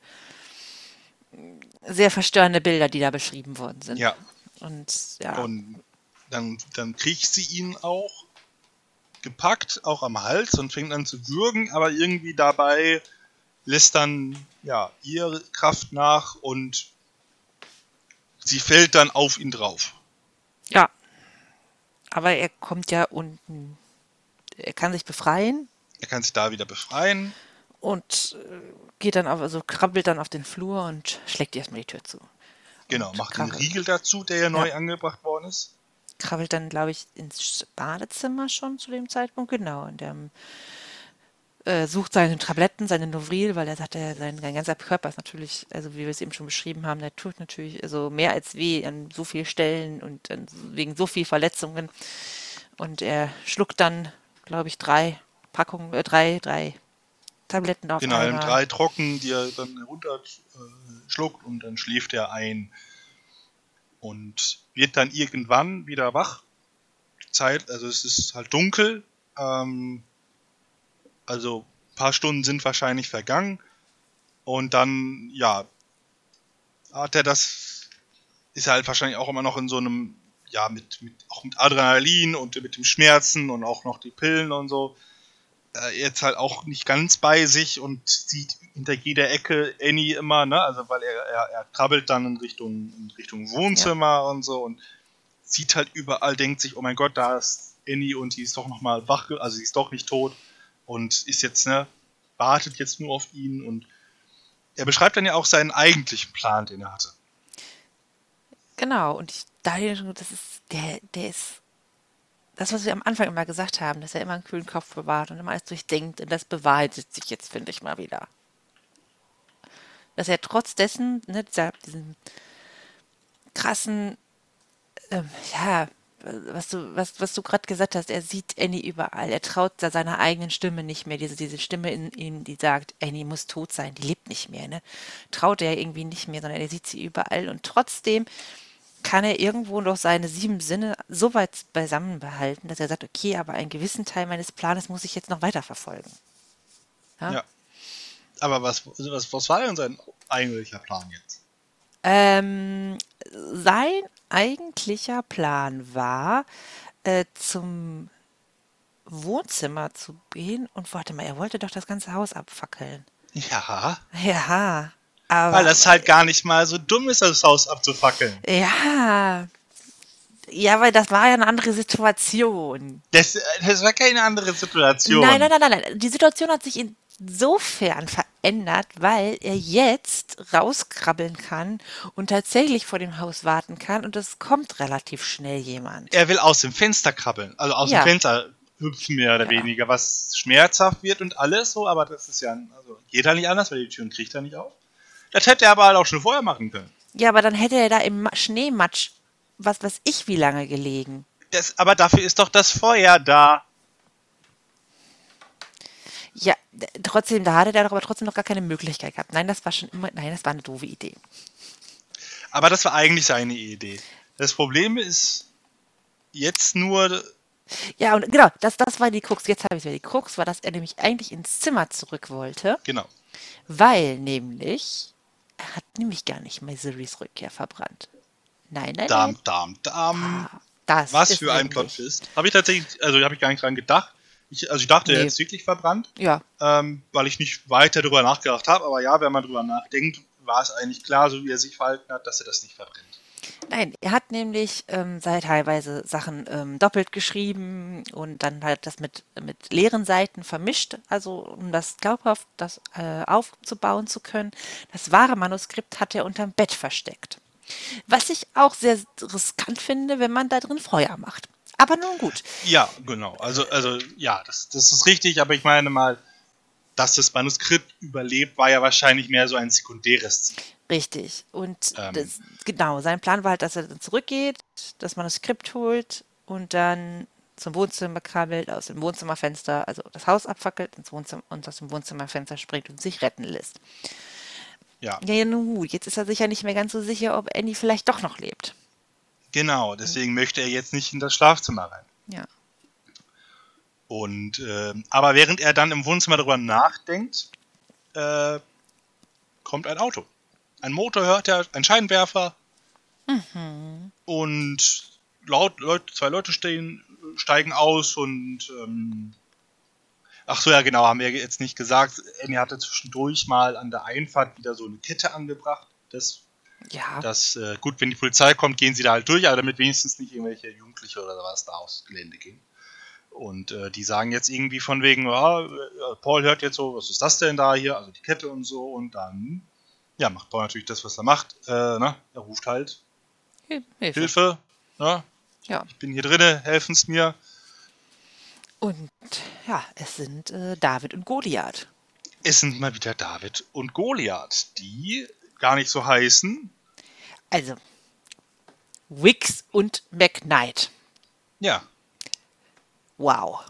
sehr verstörende Bilder, die da beschrieben worden sind. Ja. Und ja, Und dann kriegt sie ihn auch gepackt, auch am Hals und fängt an zu würgen, aber irgendwie dabei lässt dann ja ihre Kraft nach und sie fällt dann auf ihn drauf. ja, aber er kommt ja unten, er kann sich befreien Er kann sich da wieder befreien. und geht dann also krabbelt dann auf den Flur und schlägt erstmal die Tür zu. Genau, Und macht den Riegel dazu, der ja ja, neu angebracht worden ist. krabbelt dann, glaube ich, ins Badezimmer schon zu dem Zeitpunkt, genau. Und der sucht seine Tabletten, seine Novril, weil er sagt, sein ganzer Körper ist natürlich, also wie wir es eben schon beschrieben haben, der tut natürlich also mehr als weh an so vielen Stellen und wegen so viel Verletzungen. Und er schluckt dann, glaube ich, drei Tabletten auf Genau, einmal. 3 trocken, die er dann herunterschluckt und dann schläft er ein und wird dann irgendwann wieder wach. Also es ist halt dunkel, also ein paar Stunden sind wahrscheinlich vergangen und dann, ja, hat er ist er halt wahrscheinlich auch immer noch in so einem, ja, auch mit Adrenalin und mit dem Schmerzen und auch noch die Pillen und so, jetzt halt auch nicht ganz bei sich und sieht hinter jeder Ecke Annie immer, ne, also weil er krabbelt dann in Richtung Ja, Wohnzimmer und so und sieht halt überall, denkt sich, oh mein Gott, da ist Annie und die ist doch nochmal wach, also sie ist doch nicht tot und ist jetzt, ne, wartet jetzt nur auf ihn und er beschreibt dann ja auch seinen eigentlichen Plan, den er hatte. Genau, und das ist, der ist, das, was wir am Anfang immer gesagt haben, dass er immer einen kühlen Kopf bewahrt und immer alles durchdenkt, und das bewahrheitet sich jetzt, finde ich mal wieder. Dass er trotz dessen, ne, diesen krassen, ja, was du gerade gesagt hast, er sieht Annie überall. Er traut da seiner eigenen Stimme nicht mehr. Diese Stimme in ihm, die sagt, Annie muss tot sein, die lebt nicht mehr, ne? Traut er irgendwie nicht mehr, sondern er sieht sie überall. Und trotzdem kann er irgendwo noch seine 7 Sinne so weit beisammen behalten, dass er sagt, okay, aber einen gewissen Teil meines Planes muss ich jetzt noch weiterverfolgen. Ja? Ja. Aber was war denn sein eigentlicher Plan jetzt? Sein eigentlicher Plan war, zum Wohnzimmer zu gehen und warte mal, er wollte doch das ganze Haus abfackeln. Ja, Ja, weil aber das halt gar nicht mal so dumm ist, das Haus abzufackeln. ja, ja, weil das war ja eine andere Situation. Das war keine andere Situation. Nein, nein, nein, nein, nein. Die Situation hat sich insofern verändert, weil er jetzt rauskrabbeln kann und tatsächlich vor dem Haus warten kann und es kommt relativ schnell jemand. Er will aus dem Fenster krabbeln, also aus dem Ja, Fenster hüpfen mehr oder ja. weniger, was schmerzhaft wird und alles so, aber das ist ja, also geht halt nicht anders, weil die Türen kriegt er nicht auf. Das hätte er aber halt auch schon vorher machen können. Ja, aber dann hätte er da im Schneematsch, was weiß ich, wie lange gelegen. Aber dafür ist doch das Feuer da. Ja, trotzdem, da hatte der doch aber trotzdem noch gar keine Möglichkeit gehabt. Nein, das war eine doofe Idee. Aber das war eigentlich seine Idee. Das Problem ist jetzt nur, Ja, und genau, das war die Krux. Jetzt habe ich es wieder. Die Krux war, dass er nämlich eigentlich ins Zimmer zurück wollte, genau, weil nämlich, er hat nämlich gar nicht Miseries Rückkehr verbrannt. Nein, nein, nein. Darm. Das Was ist für ein nämlich. Plot-Twist. Habe ich tatsächlich, also habe ich gar nicht dran gedacht. Ich dachte, er Nee, hätte es wirklich verbrannt, ja. weil ich nicht weiter darüber nachgedacht habe. Aber ja, wenn man drüber nachdenkt, war es eigentlich klar, so wie er sich verhalten hat, dass er das nicht verbrennt. Nein, er hat nämlich teilweise Sachen doppelt geschrieben und dann halt das mit leeren Seiten vermischt, also um das glaubhaft aufzubauen zu können. Das wahre Manuskript hat er unterm Bett versteckt. Was ich auch sehr riskant finde, wenn man da drin Feuer macht. Aber nun gut. Ja, genau. Also ja, das ist richtig, aber ich meine mal, dass das Manuskript überlebt, war ja wahrscheinlich mehr so ein sekundäres Ziel. Richtig. Und Ähm, genau, sein Plan war halt, dass er dann zurückgeht, das Manuskript holt und dann zum Wohnzimmer krabbelt, aus dem Wohnzimmerfenster, also das Haus abfackelt ins Wohnzimmer und aus dem Wohnzimmerfenster springt und sich retten lässt. ja, Ja, ja, nun gut, jetzt ist er sicher nicht mehr ganz so sicher, ob Annie vielleicht doch noch lebt. genau. Deswegen möchte er jetzt nicht in das Schlafzimmer rein. Ja. Und aber während er dann im Wohnzimmer darüber nachdenkt, kommt ein Auto. Ein Motor hört er, ein Scheinwerfer und zwei Leute steigen aus und ach so, ja genau, haben wir jetzt nicht gesagt. Annie hatte zwischendurch mal an der Einfahrt wieder so eine Kette angebracht. Ja, Gut, wenn die Polizei kommt, gehen sie da halt durch, aber damit wenigstens nicht irgendwelche Jugendliche oder was da aufs Gelände gehen. Und die sagen jetzt irgendwie von wegen, ja, Paul hört jetzt so, was ist das denn da hier? Also die Kette und so. Und dann, ja, macht Paul natürlich das, was er macht. Er ruft halt Hilfe. Hilfe. Ne? Ja. Ich bin hier drinne, helfen's mir. Und ja, es sind David und Goliath. Es sind mal wieder David und Goliath, die gar nicht so heißen. Also, Wicks und McKnight. Ja, Wow.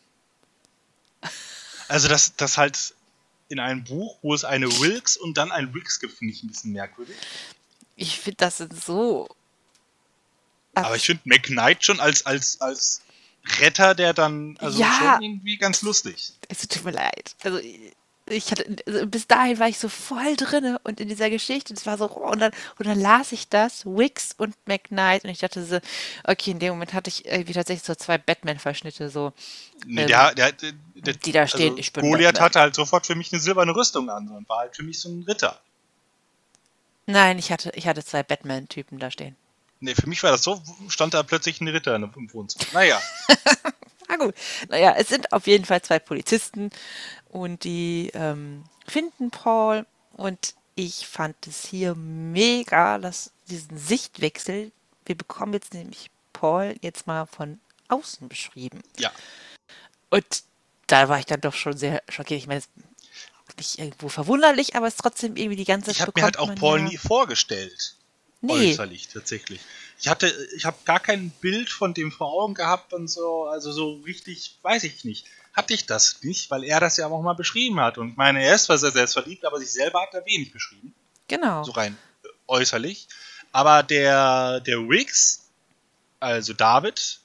also das halt in einem Buch, wo es eine Wilkes und dann ein Wicks gibt, finde ich ein bisschen merkwürdig. Ich finde, das sind so. Aber ich finde McKnight schon als Retter, der dann, also Ja, schon irgendwie ganz lustig. es tut mir leid. Also, bis dahin war ich so voll drinne und in dieser Geschichte, das war so, und dann las ich das, Wicks und McKnight, und ich dachte so, okay, in dem Moment hatte ich irgendwie tatsächlich so 2 Batman-Verschnitte, so, Nee, die da stehen, also ich bin Goliath Batman. hatte halt sofort für mich eine silberne Rüstung an und war halt für mich so ein Ritter. Nein, ich hatte 2 Batman-Typen da stehen. Nee, für mich war das so, stand da plötzlich ein Ritter im Wohnzimmer. Naja, Ah gut, naja, es sind auf jeden Fall 2 Polizisten und die finden Paul Und ich fand es hier mega, diesen Sichtwechsel. Wir bekommen jetzt nämlich Paul jetzt mal von außen beschrieben. Ja, Und da war ich dann doch schon sehr schockiert. Ich meine, es ist nicht irgendwo verwunderlich, aber es ist trotzdem irgendwie die ganze ich Zeit habe mir halt bekommt auch man Paul ja. nie vorgestellt, Nee, äußerlich tatsächlich. Ich habe gar kein Bild von dem vor Augen gehabt und so, also so richtig, weiß ich nicht. Hatte ich das nicht, weil er das ja auch mal beschrieben hat. Und ich meine, er ist zwar sehr selbstverliebt, aber sich selber hat er wenig beschrieben. genau. So rein äußerlich. Aber der Riggs, also David,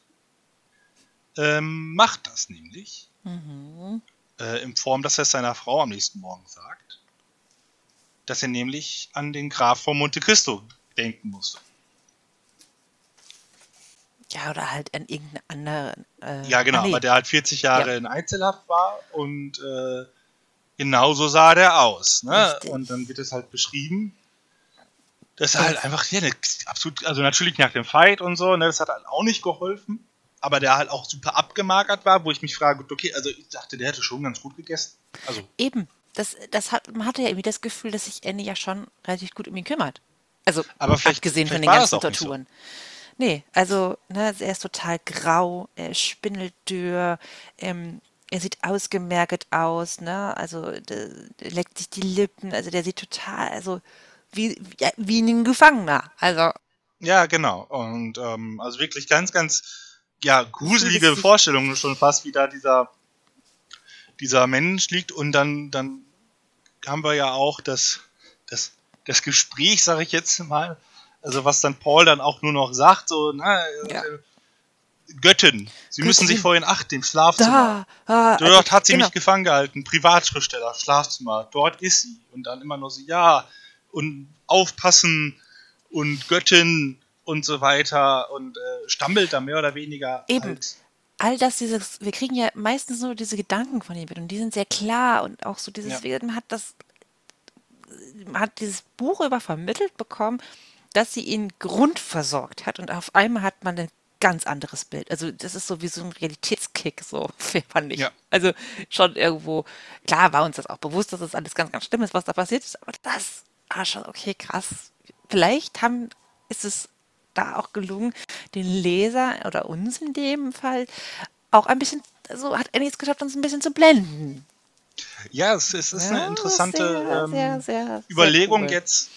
macht das nämlich. Mhm. In Form, dass er es seiner Frau am nächsten Morgen sagt. Dass er nämlich an den Graf von Monte Cristo denken musste. Ja, oder halt an irgendeine andere. Ja, genau, aber Nee. der halt 40 Ja, Jahre in Einzelhaft war und genauso sah der aus. Ne? Und dann richtig. wird es halt beschrieben, dass er halt Es, einfach, ja, absolut, also natürlich nach dem Fight und so, ne, das hat halt auch nicht geholfen, aber der halt auch super abgemagert war, wo ich mich frage, okay, also ich dachte, der hätte schon ganz gut gegessen. Also, eben. Man hatte ja irgendwie das Gefühl, dass sich Annie ja schon relativ gut um ihn kümmert. Also, aber abgesehen von vielleicht den war das ganzen auch nicht so. Torturen. Nee, also, ne, er ist total grau, er ist spindeldürr, er sieht ausgemergelt aus, ne, also, der leckt sich die Lippen, also, der sieht total, also, ja, wie ein Gefangener. Also, Ja, genau. Und also wirklich ganz, ganz ja, du fühltest gruselige dich, Vorstellungen schon fast, wie da dieser Mensch liegt. Und dann haben wir ja auch das, das Gespräch, sage ich jetzt mal, also was dann Paul dann auch nur noch sagt, so, na, ja, Göttin, Sie müssen sich Göttin, vor Ihnen achten, im Schlafzimmer. also, Dort hat sie genau, mich gefangen gehalten, Privatschriftsteller, Schlafzimmer, dort ist sie. Und dann immer nur so, ja, und aufpassen und Göttin und so weiter und stammelt da mehr oder weniger eben. halt. All das, wir kriegen ja meistens nur diese Gedanken von ihm mit und die sind sehr klar und auch so Ja, man hat dieses Buch über vermittelt bekommen, dass sie ihn grundversorgt hat und auf einmal hat man ein ganz anderes Bild. Also das ist so wie so ein Realitätskick, so fand ich. ja, Also schon irgendwo, klar war uns das auch bewusst, dass das alles ganz, ganz schlimm ist, was da passiert ist, aber das war schon, okay, krass. Ist es da auch gelungen, den Leser oder uns in dem Fall auch ein bisschen, also hat Annie es geschafft, uns ein bisschen zu blenden. ja, es ist eine Ja, interessante sehr, sehr, sehr, sehr Überlegung cool. jetzt,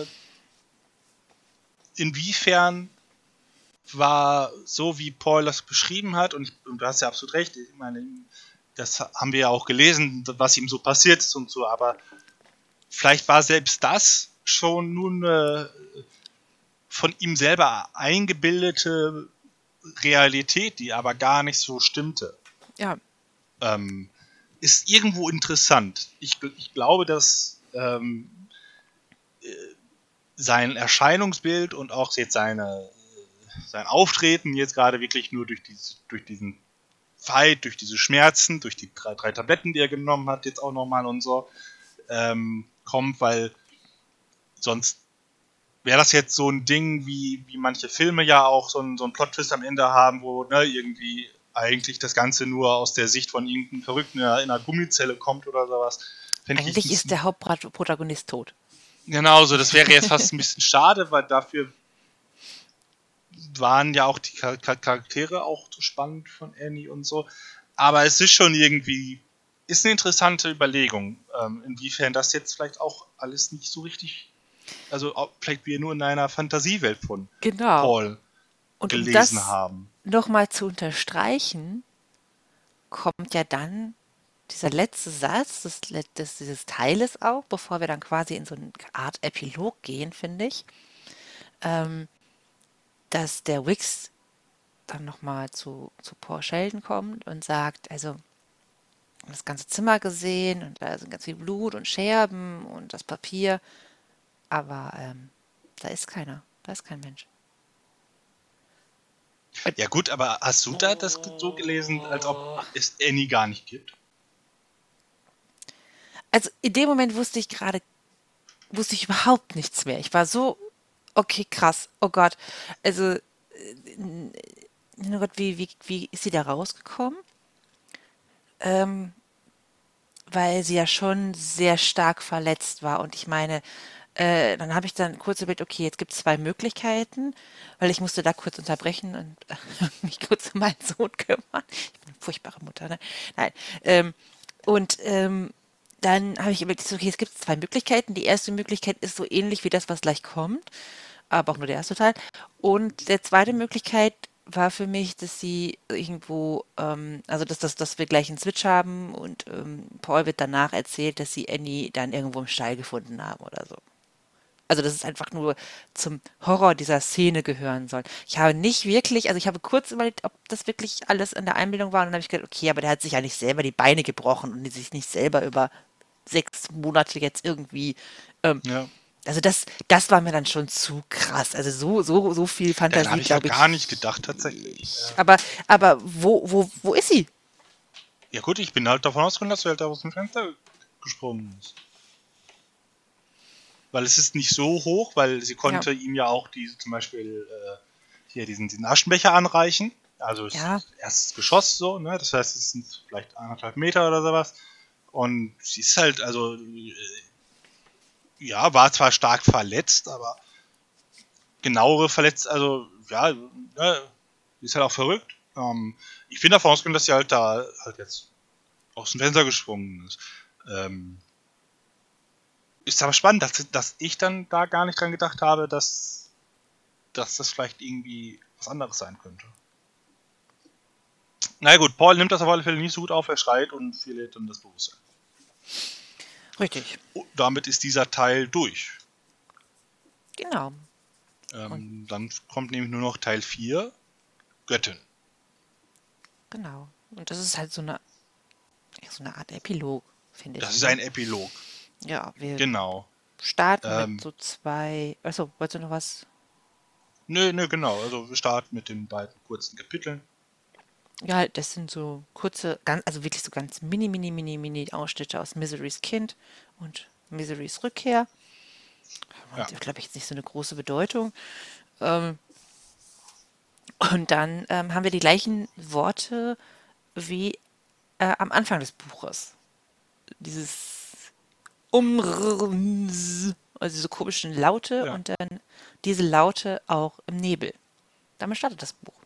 inwiefern war so, wie Paul das beschrieben hat, und du hast ja absolut recht, ich meine, das haben wir ja auch gelesen, was ihm so passiert ist und so, aber vielleicht war selbst das schon nur eine von ihm selber eingebildete Realität, die aber gar nicht so stimmte. Ja, Ähm, ist irgendwo interessant. Ich glaube, dass sein Erscheinungsbild und auch jetzt sein Auftreten jetzt gerade wirklich nur durch diesen Fight, durch diese Schmerzen, durch die drei Tabletten, die er genommen hat, jetzt auch nochmal und so, kommt, weil sonst wäre das jetzt so ein Ding, wie manche Filme ja auch so ein Plot-Twist am Ende haben, wo ne, irgendwie eigentlich das Ganze nur aus der Sicht von irgendeinem Verrückten in einer Gummizelle kommt oder sowas. Fände ich eigentlich ist ein, der Hauptprotagonist tot. genauso, das wäre jetzt fast ein bisschen schade, weil dafür waren ja auch die Charaktere auch so spannend von Annie und so. Aber es ist schon irgendwie, ist eine interessante Überlegung, inwiefern das jetzt vielleicht auch alles nicht so richtig, also vielleicht wir nur in einer Fantasiewelt von Genau. Paul Und um gelesen das haben. nochmal zu unterstreichen, kommt ja dann dieser letzte Satz dieses Teiles auch, bevor wir dann quasi in so eine Art Epilog gehen, finde ich, ähm, dass der Wix dann nochmal zu Paul Sheldon kommt und sagt, also das ganze Zimmer gesehen und da sind ganz viel Blut und Scherben und das Papier, aber da ist keiner, da ist kein Mensch. Und Ja gut, aber hast du da das so gelesen, als ob es Annie gar nicht gibt? also in dem Moment wusste ich überhaupt nichts mehr. Ich war so, okay, krass, oh Gott. Also, oh Gott, wie ist sie da rausgekommen? Ähm, weil sie ja schon sehr stark verletzt war. Und ich meine, dann habe ich dann kurz überlegt, okay, jetzt gibt es zwei Möglichkeiten, weil ich musste da kurz unterbrechen und mich kurz um meinen Sohn kümmern. Ich bin eine furchtbare Mutter, ne? Nein. Und dann habe ich überlegt, so, okay, es gibt zwei Möglichkeiten. Die erste Möglichkeit ist so ähnlich wie das, was gleich kommt, aber auch nur der erste Teil. Und der zweite Möglichkeit war für mich, dass sie irgendwo, also dass wir gleich einen Switch haben und Paul wird danach erzählt, dass sie Annie dann irgendwo im Stall gefunden haben oder so. Also dass es einfach nur zum Horror dieser Szene gehören soll. Ich habe nicht wirklich, also ich habe kurz überlegt, ob das wirklich alles in der Einbildung war und dann habe ich gedacht, okay, aber der hat sich ja nicht selber die Beine gebrochen und sich nicht selber über 6 Monate jetzt irgendwie, ähm, Ja. also das war mir dann schon zu krass. Also so viel Daran habe Fantasie, ich halt glaube gar ich. nicht gedacht, tatsächlich. Aber wo ist sie? Ja gut, ich bin halt davon ausgegangen, dass er halt aus dem Fenster gesprungen ist. Weil es ist nicht so hoch, weil sie Ja, konnte ihm ja auch zum Beispiel hier diesen Aschenbecher anreichen. Also ja, erstes Geschoss so, ne? Das heißt, es sind vielleicht 1,5 Meter oder sowas. Und sie ist halt, also ja, war zwar stark verletzt, aber genauere verletzt, also ja, ne, sie ist halt auch verrückt. Ich bin davon ausgegangen, dass sie halt da halt jetzt aus dem Fenster gesprungen ist. Ist aber spannend, dass ich dann da gar nicht dran gedacht habe, dass das vielleicht irgendwie was anderes sein könnte. Na gut, Paul nimmt das auf alle Fälle nicht so gut auf, er schreit und verliert dann das Bewusstsein. richtig. Damit ist dieser Teil durch. Genau. Und Dann kommt nämlich nur noch Teil 4, Göttin. genau. Und das ist halt so eine Art Epilog, finde Das ich, ist ne? ein Epilog. Ja, wir Genau. starten mit Ähm, so zwei. Achso, wolltest du noch was? nö, genau. Also wir starten mit den beiden kurzen Kapiteln. Ja, das sind so kurze, also wirklich so ganz mini Ausschnitte aus Miserys Kind und Miserys Rückkehr. Ja, Hat, glaube ich, jetzt nicht so eine große Bedeutung. Und dann haben wir die gleichen Worte wie am Anfang des Buches. Dieses also diese komischen Laute ja. und dann diese Laute auch im Nebel. Damit startet das Buch.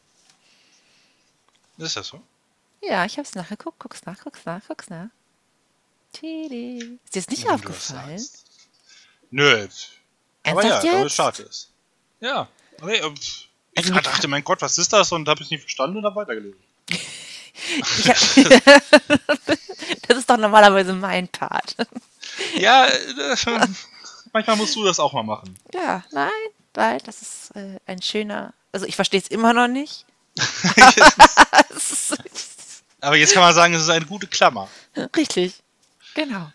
Ist das so? Ja, ich habe es nachgeguckt. Guck's nach. Tidi. Ist dir das nicht Wenn du das aufgefallen? sagst. Nö. Aber Ernsthaft ja, damit jetzt? startet es. Ja. Okay, ich Also dachte, mein Gott, was ist das? Und habe es nicht verstanden und habe weitergelesen. ich, das ist doch normalerweise mein Part. Ja, manchmal musst du das auch mal machen. Ja, nein, das ist ein schöner. Also ich verstehe es immer noch nicht. Es ist Aber jetzt kann man sagen, es ist eine gute Klammer. richtig, genau.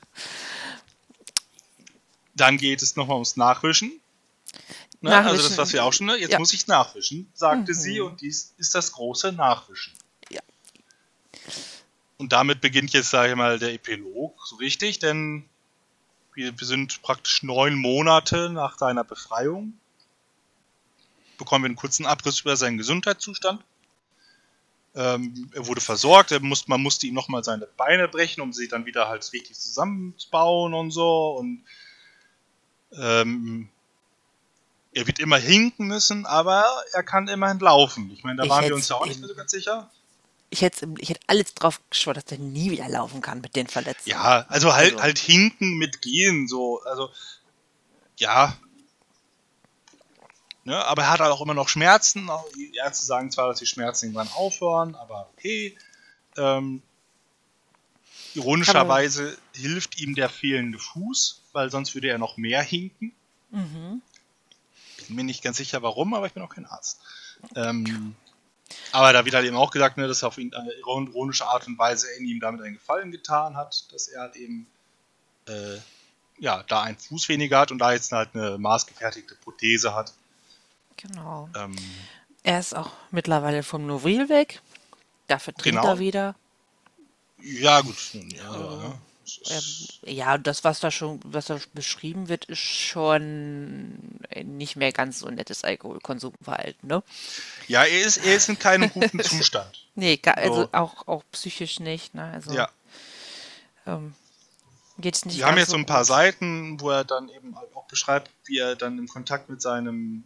Dann geht es nochmal ums Nachwischen. Ne? Also das, was Nachwischen, wir auch schon, ne? Jetzt ja. muss ich nachwischen, sagte sie, und dies ist das große Nachwischen. Ja. Und damit beginnt jetzt, sage ich mal, der Epilog, so richtig, denn wir sind praktisch 9 Monate nach seiner Befreiung. Bekommen wir einen kurzen Abriss über seinen Gesundheitszustand. Er wurde versorgt, man musste ihm nochmal seine Beine brechen, um sie dann wieder halt richtig zusammenzubauen und so. Und er wird immer hinken müssen, aber er kann immerhin laufen. Ich meine, da Ich waren wir hätte uns ja auch nicht mehr so ganz sicher. ich hätte alles drauf geschworen, dass der nie wieder laufen kann mit den Verletzungen. Ja, also Also, halt hinken mit gehen, so, also, ja. Ne, aber er hat halt auch immer noch Schmerzen. Die Ärzte sagen zwar, dass die Schmerzen irgendwann aufhören, aber okay. aber Ironischerweise hilft ihm der fehlende Fuß, weil sonst würde er noch mehr hinken. Bin mir nicht ganz sicher warum, aber ich bin auch kein Arzt. Aber da wird halt eben auch gesagt, ne, dass auf ihn eine ironische Art und Weise in ihm damit einen Gefallen getan hat, dass er halt eben ja, da einen Fuß weniger hat und da jetzt halt eine maßgefertigte Prothese hat. genau. Ähm, Er ist auch mittlerweile vom Novril weg. Dafür trainiert er genau. wieder. Ja, gut. Ja, ne? Ja, das, was da beschrieben wird, ist schon nicht mehr ganz so ein nettes Alkoholkonsumverhalten, ne? Ja, er ist in keinem guten Zustand. Nee, also So, auch psychisch nicht, ne? Also, ja. Geht es nicht Wir haben ganz jetzt so so ein paar gut. Seiten, wo er dann eben auch beschreibt, wie er dann im Kontakt mit seinem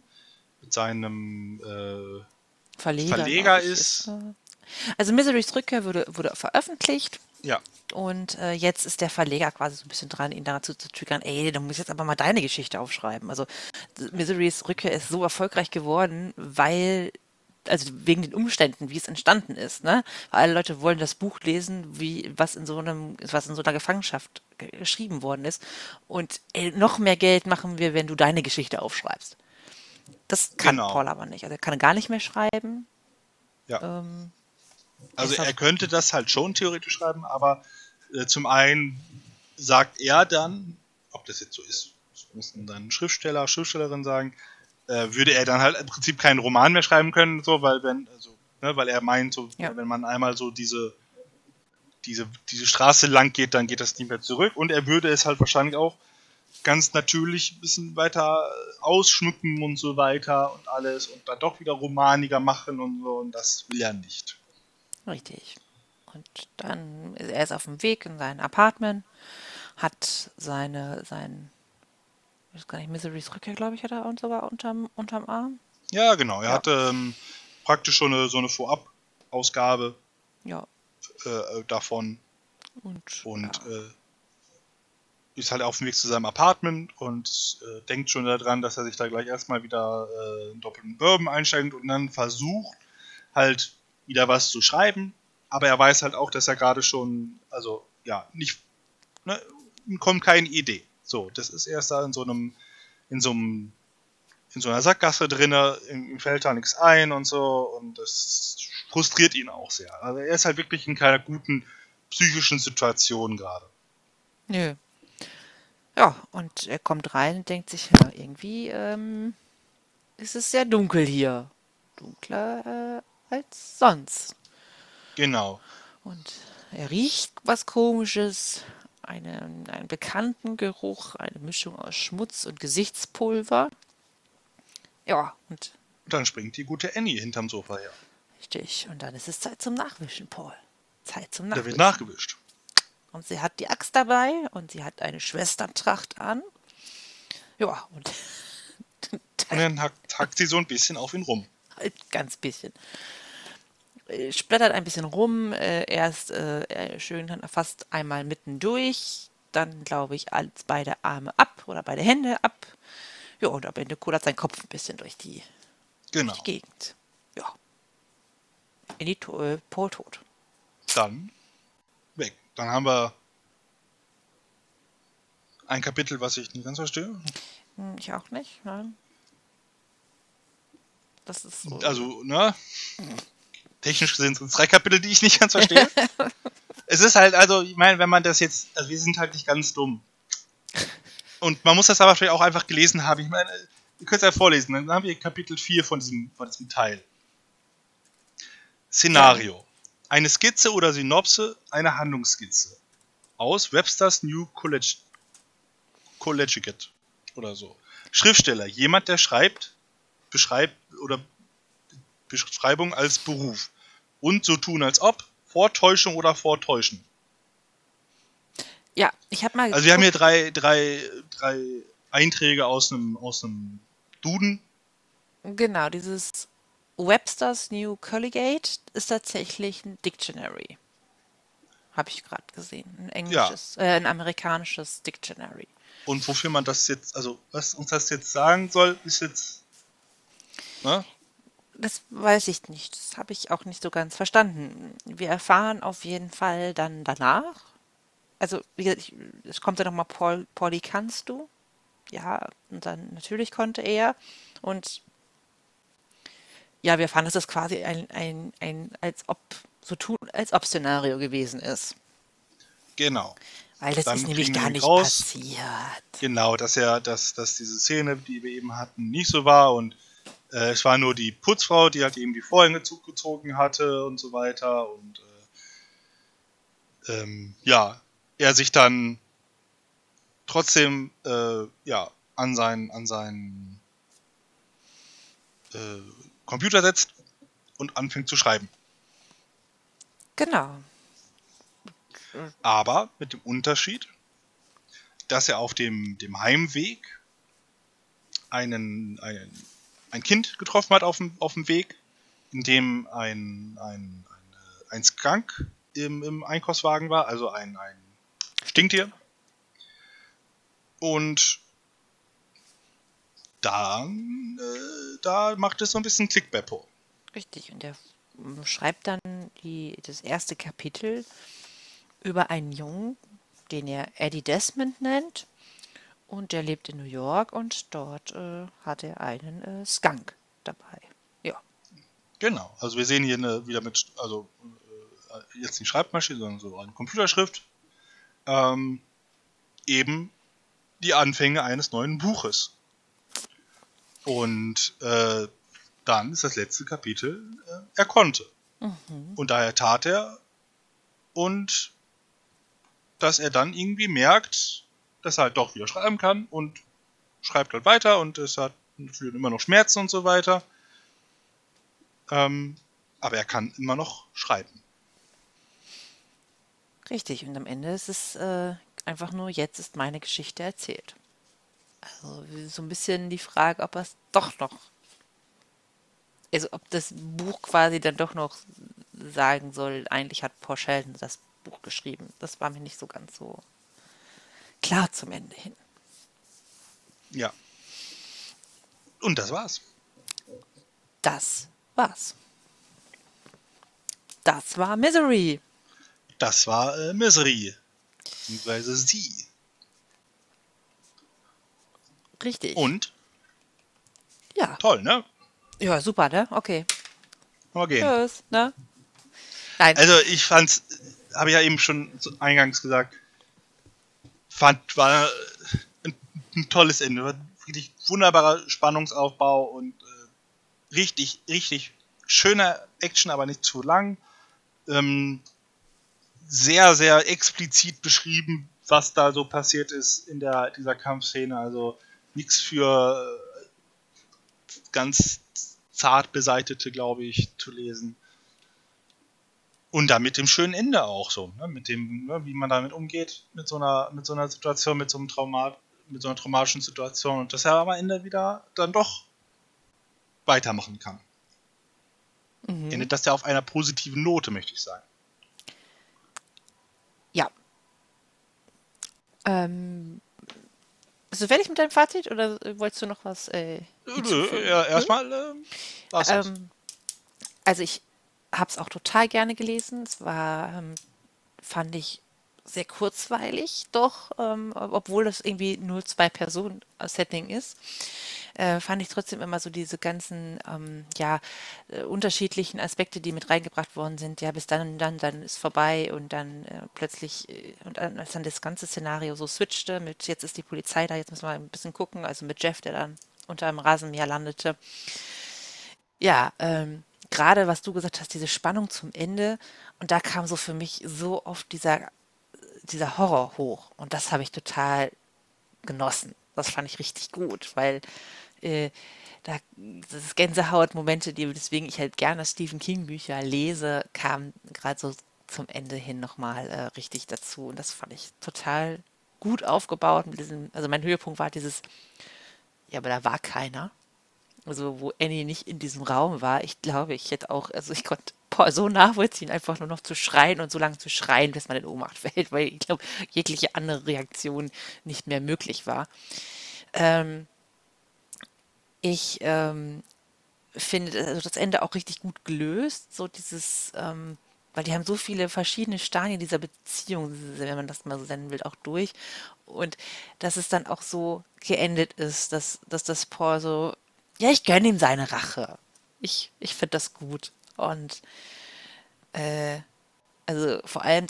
Verleger, Verleger glaube ich, ist. ist. Also Miserys Rückkehr wurde veröffentlicht Ja, und jetzt ist der Verleger quasi so ein bisschen dran, ihn dazu zu triggern, ey, du musst jetzt aber mal deine Geschichte aufschreiben. Also Miserys Rückkehr ist so erfolgreich geworden, also wegen den Umständen, wie es entstanden ist, ne? Weil alle Leute wollen das Buch lesen, was in so einer Gefangenschaft geschrieben worden ist. Und ey, noch mehr Geld machen wir, wenn du deine Geschichte aufschreibst. Das kann genau. Paul aber nicht. Also er kann gar nicht mehr schreiben. Ja. Ähm, er Also ist er auf, könnte das halt schon theoretisch schreiben, aber zum einen sagt er dann, ob das jetzt so ist, das müssen dann Schriftsteller, Schriftstellerin sagen, würde er dann halt im Prinzip keinen Roman mehr schreiben können, so, weil er meint, so, ja, wenn man einmal so diese Straße lang geht, dann geht das nicht mehr zurück und er würde es halt wahrscheinlich auch ganz natürlich ein bisschen weiter ausschmücken und so weiter und alles und dann doch wieder romaniger machen und so und das will er nicht. richtig. Und dann, er ist auf dem Weg in sein Apartment, hat ich weiß gar nicht, Misery's Rückkehr, glaube ich, hat er und sogar unterm Arm. Ja, genau. Er Ja, hatte praktisch schon so eine Vorab-Ausgabe ja. davon Und und ja, ist halt auf dem Weg zu seinem Apartment und denkt schon daran, dass er sich da gleich erstmal wieder einen doppelten Bourbon einschenkt und dann versucht halt wieder was zu schreiben. Aber er weiß halt auch, dass er gerade schon, also ja, nicht, ne, kommt keine Idee. So, das ist erst da in so einem in so einer Sackgasse drinne, ihm fällt da nichts ein und so und das frustriert ihn auch sehr. Also er ist halt wirklich in keiner guten psychischen Situation gerade. nö. Ja, und er kommt rein und denkt sich, ja, irgendwie ist es sehr dunkel hier. Dunkler als sonst. Genau. Und er riecht was Komisches, einen bekannten Geruch, eine Mischung aus Schmutz und Gesichtspulver. Ja, und Und dann springt die gute Annie hinterm Sofa her. richtig. Und dann ist es Zeit zum Nachwischen, Paul. Zeit zum Da wird Nachwischen. nachgewischt. Und sie hat die Axt dabei und sie hat eine Schwesterntracht an. Ja, und Und dann hackt sie so ein bisschen auf ihn rum. halt ganz bisschen. Splattert ein bisschen rum, erst schön dann fast einmal mitten durch, dann glaube ich als beide Arme ab oder beide Hände ab. Ja, und am Ende kullert sein Kopf ein bisschen durch die Genau. Gegend. Ja, in die Paul tot. Dann weg. Dann haben wir ein Kapitel, was ich nicht ganz verstehe. Ich auch nicht, nein. Das ist so. Also, ne? Technisch gesehen sind es 3 Kapitel, die ich nicht ganz verstehe. Es ist halt, also, ich meine, wenn man das jetzt, also wir sind halt nicht ganz dumm. Und man muss das aber vielleicht auch einfach gelesen haben. Ich meine, ihr könnt es ja vorlesen. Dann haben wir Kapitel 4 von diesem Teil. Ja, Szenario. Eine Skizze oder Synopse, eine Handlungsskizze. Aus Webster's New Collegiate oder so. Schriftsteller. Jemand, der schreibt, beschreibt oder Beschreibung als Beruf. Und so tun als ob. Vortäuschung oder Vortäuschen. ja, ich habe mal Also wir haben hier geguckt. drei Einträge aus einem Duden. Genau, dieses Webster's New Collegiate ist tatsächlich ein Dictionary. Habe ich gerade gesehen. Ja. Ein amerikanisches Dictionary. Und wofür man das jetzt, also was uns das jetzt sagen soll, ist jetzt, ne? Das weiß ich nicht. Das habe ich auch nicht so ganz verstanden. Wir erfahren auf jeden Fall dann danach. Also, wie gesagt, es kommt ja nochmal Pauli, kannst du? Ja, und dann natürlich konnte er. Und ja, wir erfahren, dass das quasi ein so tun, als ob Szenario gewesen ist. Genau. Weil das ist Dann nämlich kriegen wir gar nämlich nicht raus, passiert. genau, dass diese Szene, die wir eben hatten, nicht so war und es war nur die Putzfrau, die halt eben die Vorhänge zugezogen hatte und so weiter und ja, er sich dann trotzdem ja an seinen äh, Computer setzt und anfängt zu schreiben. Genau. Aber mit dem Unterschied, dass er auf dem Heimweg ein Kind getroffen hat auf dem Weg, in dem ein Skunk im Einkaufswagen war, also ein Stinktier. Und da macht es so ein bisschen Klick bei Poe. Richtig, und er schreibt dann das erste Kapitel über einen Jungen, den er Eddie Desmond nennt. Und der lebt in New York und dort hat er einen Skunk dabei. Ja. Genau, also wir sehen hier wieder jetzt nicht Schreibmaschine, sondern so eine Computerschrift. Eben die Anfänge eines neuen Buches. Und dann ist das letzte Kapitel, er konnte. Und daher tat er. Und dass er dann irgendwie merkt, dass er halt doch wieder schreiben kann und schreibt halt weiter und es hat natürlich immer noch Schmerzen und so weiter. Aber er kann immer noch schreiben. Richtig, und am Ende ist es einfach nur, jetzt ist meine Geschichte erzählt. Also so ein bisschen die Frage, ob er es doch noch, also ob das Buch quasi dann doch noch sagen soll, eigentlich hat Paul Sheldon das Buch geschrieben. Das war mir nicht so ganz so klar zum Ende hin. Ja. Und das war's. Das war's. Das war Misery. Das war Misery. Beziehungsweise sie. Richtig. Und? Ja. Toll, ne? Ja, super, ne? Okay. Mal gehen. Tschüss, ne? Nein. Also ich fand's, habe ich ja eben schon eingangs gesagt, war ein tolles Ende. War wirklich wunderbarer Spannungsaufbau und richtig, richtig schöner Action, aber nicht zu lang. Sehr, sehr explizit beschrieben, was da so passiert ist in dieser Kampfszene. Also nichts für ganz zart beseitete, glaube ich, zu lesen. Und dann mit dem schönen Ende auch so, ne? Mit dem, ne, wie man damit umgeht, mit so einer Situation, mit so einer traumatischen Situation und dass er am Ende wieder dann doch weitermachen kann. Endet das ja auf einer positiven Note, möchte ich sagen. Ja. Also fertig mit deinem Fazit oder wolltest du noch was hinzufügen? Erstmal war's das. Also ich habe es auch total gerne gelesen. Es war, fand ich, sehr kurzweilig, doch, obwohl das irgendwie nur zwei Personen Setting ist, fand ich trotzdem immer so diese ganzen unterschiedlichen Aspekte, die mit reingebracht worden sind. Ja, bis dann ist vorbei und dann plötzlich und als dann das ganze Szenario so switchte mit jetzt ist die Polizei da, jetzt müssen wir ein bisschen gucken, also mit Jeff, der dann unter einem Rasenmäher landete. Ja, gerade was du gesagt hast, diese Spannung zum Ende und da kam so für mich so oft dieser Horror hoch und das habe ich total genossen. Das fand ich richtig gut, weil äh, das ist Gänsehaut-Momente, weswegen ich halt gerne Stephen King-Bücher lese, kamen gerade so zum Ende hin nochmal richtig dazu. Und das fand ich total gut aufgebaut. Also mein Höhepunkt war ja, aber da war keiner. Also wo Annie nicht in diesem Raum war. Ich glaube, ich hätte auch, also ich konnte Paul so nachvollziehen, einfach nur noch zu schreien und so lange zu schreien, bis man in Ohnmacht fällt, weil ich glaube, jegliche andere Reaktion nicht mehr möglich war. Ähm, ich finde also das Ende auch richtig gut gelöst, so weil die haben so viele verschiedene Stadien dieser Beziehung, wenn man das mal so nennen will, auch durch. Und dass es dann auch so geendet ist, dass das Paul so, ja, ich gönne ihm seine Rache. Ich finde das gut. Und äh, also vor allem,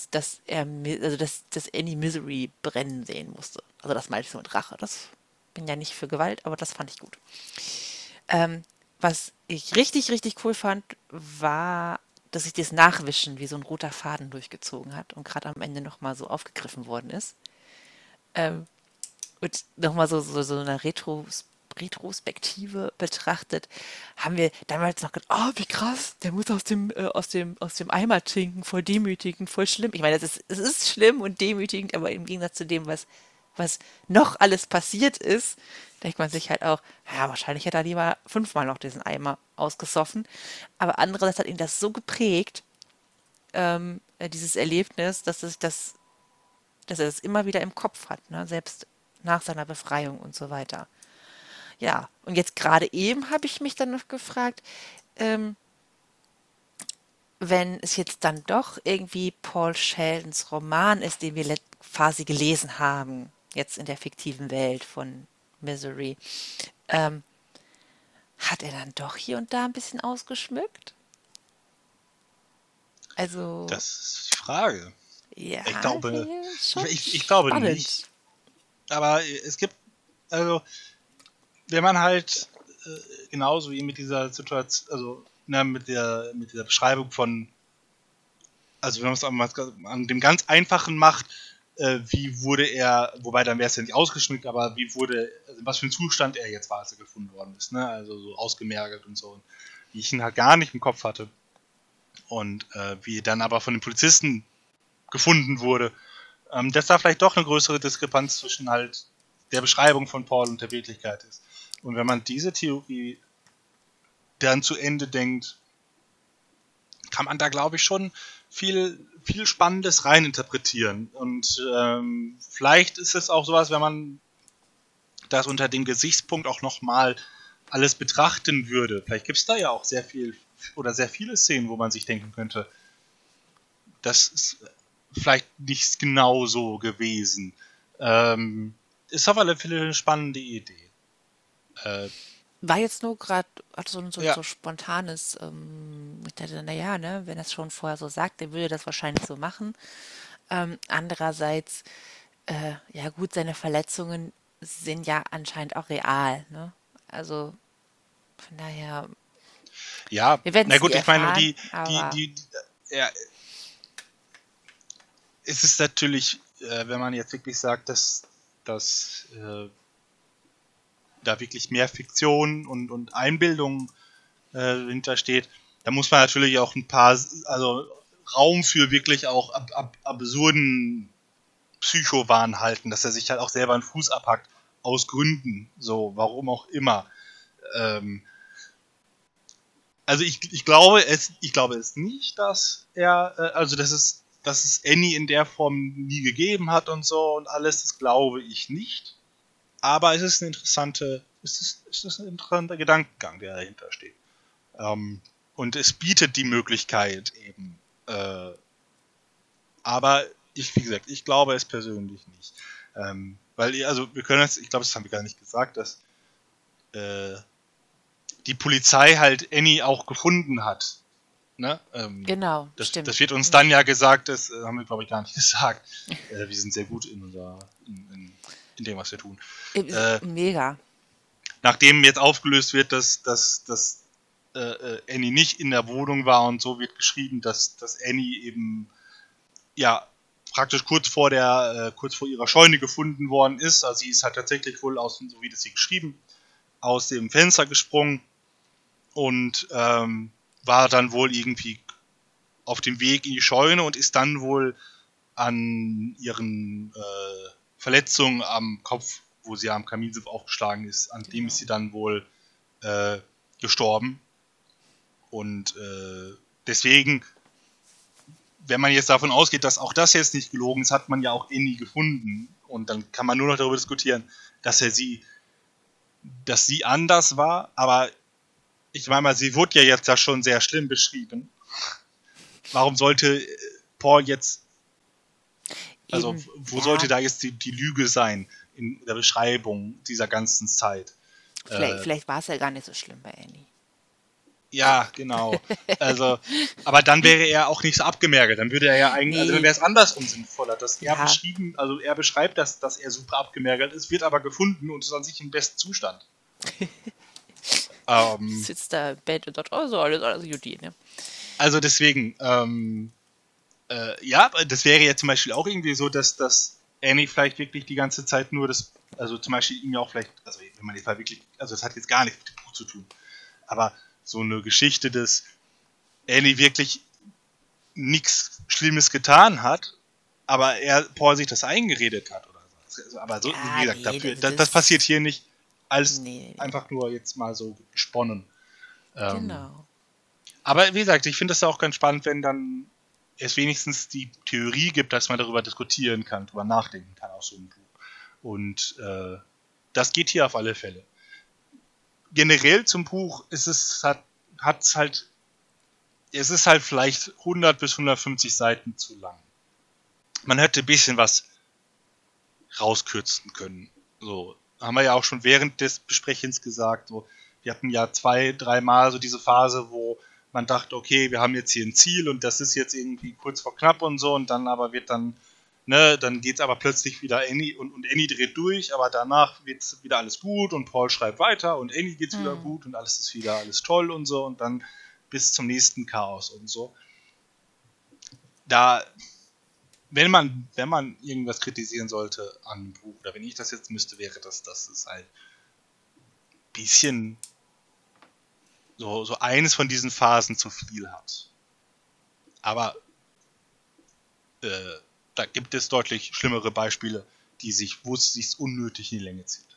dass Annie Misery brennen sehen musste. Also das meinte ich so mit Rache. Das bin ja nicht für Gewalt, aber das fand ich gut. Ähm, Was ich richtig, richtig cool fand, war, dass sich das Nachwischen wie so ein roter Faden durchgezogen hat und gerade am Ende nochmal so aufgegriffen worden ist. Ähm, und nochmal so eine Retrospektive Retrospektive betrachtet, haben wir damals noch gedacht, oh, wie krass, der muss aus dem Eimer trinken, voll demütigend, voll schlimm. Ich meine, es ist schlimm und demütigend, aber im Gegensatz zu dem, was noch alles passiert ist, denkt man sich halt auch, ja, wahrscheinlich hätte er lieber 5-mal noch diesen Eimer ausgesoffen. Aber andererseits hat ihn das so geprägt, dieses Erlebnis, dass er das immer wieder im Kopf hat, ne? Selbst nach seiner Befreiung und so weiter. Ja, und jetzt gerade eben habe ich mich dann noch gefragt, ähm, wenn es jetzt dann doch irgendwie Paul Sheldons Roman ist, den wir quasi gelesen haben, jetzt in der fiktiven Welt von Misery, ähm, hat er dann doch hier und da ein bisschen ausgeschmückt? Also, Das ist die Frage. ja, Ich glaube, schon ich glaube spannend. nicht. Aber es gibt, also, wenn man halt genauso wie mit dieser Situation, also mit dieser Beschreibung von, also wenn man es an dem ganz Einfachen macht, wie wurde er, wobei dann wäre es ja nicht ausgeschmückt, aber wie wurde, also in was für ein Zustand er jetzt war, als er gefunden worden ist, ne? Also so ausgemergelt und so, und wie ich ihn halt gar nicht im Kopf hatte. Und wie dann aber von den Polizisten gefunden wurde. Dass da vielleicht doch eine größere Diskrepanz zwischen halt der Beschreibung von Paul und der Wirklichkeit ist. Und wenn man diese Theorie dann zu Ende denkt, kann man da, glaube ich, schon viel Spannendes reininterpretieren. Und vielleicht ist es auch sowas, wenn man das unter dem Gesichtspunkt auch nochmal alles betrachten würde. Vielleicht gibt es da ja auch sehr viel oder sehr viele Szenen, wo man sich denken könnte, das ist vielleicht nicht genau so gewesen. Ist auf alle Fälle eine spannende Idee. War jetzt nur gerade Ja, so spontanes, ich dachte, naja, ne, wenn er es schon vorher so sagt, der würde das wahrscheinlich so machen. Andererseits, ja gut, seine Verletzungen sind ja anscheinend auch real, ne? Also von daher, ja, wir werden na es nie gut, ich meine, erfahren, aber ja, es ist natürlich, wenn man jetzt wirklich sagt, dass da wirklich mehr Fiktion und Einbildung hintersteht, da muss man natürlich auch ein paar, also Raum für wirklich auch absurden Psychowahn halten, dass er sich halt auch selber einen Fuß abhackt, aus Gründen, so, warum auch immer. Ähm, also ich glaube es nicht, dass er, also dass es Annie in der Form nie gegeben hat und so und alles, das glaube ich nicht. Aber es ist ein interessanter Gedankengang, der dahinter steht. Und es bietet die Möglichkeit eben. Aber wie gesagt, ich glaube es persönlich nicht. Weil, also wir können jetzt, ich glaube, das haben wir gar nicht gesagt, dass äh, die Polizei halt Annie auch gefunden hat. Ne? genau, Das stimmt. wird uns dann ja gesagt, das haben wir, glaube ich, gar nicht gesagt. Wir sind sehr gut in dem, was wir tun. Mega, Nachdem jetzt aufgelöst wird, dass Annie nicht in der Wohnung war und so wird geschrieben, dass Annie eben ja praktisch kurz vor ihrer Scheune gefunden worden ist. Also sie ist halt tatsächlich wohl so wie das sie geschrieben, aus dem Fenster gesprungen und war dann wohl irgendwie auf dem Weg in die Scheune und ist dann wohl an ihren Verletzungen am Kopf, wo sie am Kaminsiff aufgeschlagen ist, an dem ist genau. sie dann wohl äh, gestorben. Und deswegen, wenn man jetzt davon ausgeht, dass auch das jetzt nicht gelogen ist, hat man ja auch Annie gefunden. Und dann kann man nur noch darüber diskutieren, dass sie anders war. Aber ich meine mal, sie wurde ja jetzt da schon sehr schlimm beschrieben. Warum sollte Paul jetzt, also Eben, wo sollte ja, da jetzt die Lüge sein in der Beschreibung dieser ganzen Zeit? vielleicht war es ja gar nicht so schlimm bei Annie. Ja, genau. Also, aber dann wäre er auch nicht so abgemergelt. Dann würde er ja eigentlich, also dann Nee, wäre es andersrum sinnvoller, dass ja, er beschreibt, dass er super abgemergelt ist, wird aber gefunden und ist an sich im besten Zustand. Ähm, sitzt da im Bett und sagt, oh, so, alles Judy, ne? also deswegen, ja, das wäre ja zum Beispiel auch irgendwie so, dass das, Annie vielleicht wirklich die ganze Zeit nur das, also zum Beispiel ihm ja auch vielleicht, also wenn man jetzt mal wirklich, also das hat jetzt gar nichts mit dem Buch zu tun, aber so eine Geschichte, dass Annie wirklich nichts Schlimmes getan hat, aber Paul sich das eingeredet hat oder so. Also, aber so, wie Ja, gesagt, nee, dafür, das passiert hier nicht. Alles nee, einfach nur jetzt mal so gesponnen. genau. Aber wie gesagt, ich finde es auch ganz spannend, wenn dann es wenigstens die Theorie gibt, dass man darüber diskutieren kann, darüber nachdenken kann aus so einem Buch. Und das geht hier auf alle Fälle. Generell zum Buch ist es es ist halt vielleicht 100 bis 150 Seiten zu lang. Man hätte ein bisschen was rauskürzen können. So, haben wir ja auch schon während des Besprechens gesagt. So, wir hatten ja 2-3 Mal so diese Phase, wo man dachte, okay, wir haben jetzt hier ein Ziel und das ist jetzt irgendwie kurz vor knapp und so und dann aber wird dann, ne, dann geht's aber plötzlich wieder Annie und Annie dreht durch, aber danach wird's wieder alles gut und Paul schreibt weiter und Annie geht's wieder gut und alles ist wieder alles toll und so und dann bis zum nächsten Chaos und so. Da, wenn man irgendwas kritisieren sollte an einem Buch, oder wenn ich das jetzt müsste, wäre das, dass es halt ein bisschen so eines von diesen Phasen zu viel hat. Aber da gibt es deutlich schlimmere Beispiele, wo es sich unnötig in die Länge zieht.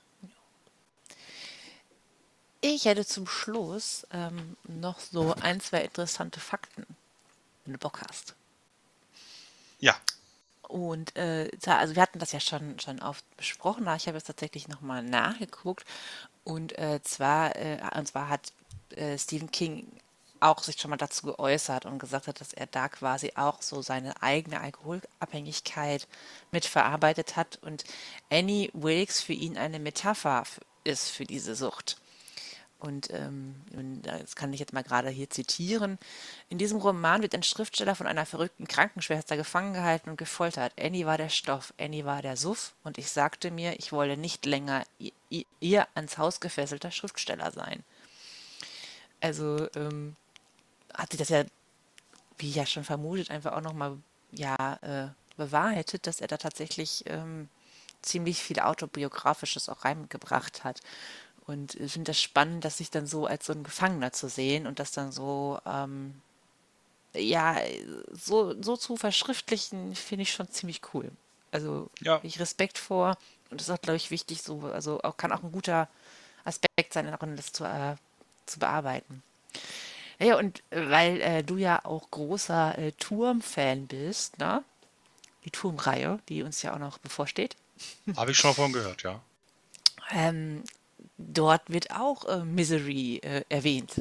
Ich hätte zum Schluss noch so 1, 2 interessante Fakten, wenn du Bock hast. Ja, Und also wir hatten das ja schon oft besprochen, aber ich habe jetzt tatsächlich nochmal nachgeguckt. Und zwar hat Stephen King auch sich schon mal dazu geäußert und gesagt hat, dass er da quasi auch so seine eigene Alkoholabhängigkeit mitverarbeitet hat und Annie Wilkes für ihn eine Metapher ist für diese Sucht. Und das kann ich jetzt mal gerade hier zitieren. In diesem Roman wird ein Schriftsteller von einer verrückten Krankenschwester gefangen gehalten und gefoltert. Annie war der Stoff, Annie war der Suff und ich sagte mir, ich wolle nicht länger ihr ans Haus gefesselter Schriftsteller sein. Also hat sich das ja, wie ja schon vermutet, einfach auch nochmal ja, bewahrheitet, dass er da tatsächlich ziemlich viel Autobiografisches auch reingebracht hat. Und ich finde das spannend, das sich dann so als so ein Gefangener zu sehen und das dann so, ja, so zu verschriftlichen, finde ich schon ziemlich cool. Also ja, ich Respekt vor und das ist auch, glaube ich, wichtig, so, also auch, kann auch ein guter Aspekt sein, darin das zu bearbeiten. Ja, und weil du ja auch großer Turm-Fan bist, ne? Die Turmreihe, die uns ja auch noch bevorsteht. habe ich schon mal von gehört, ja. Ähm, dort wird auch Misery erwähnt.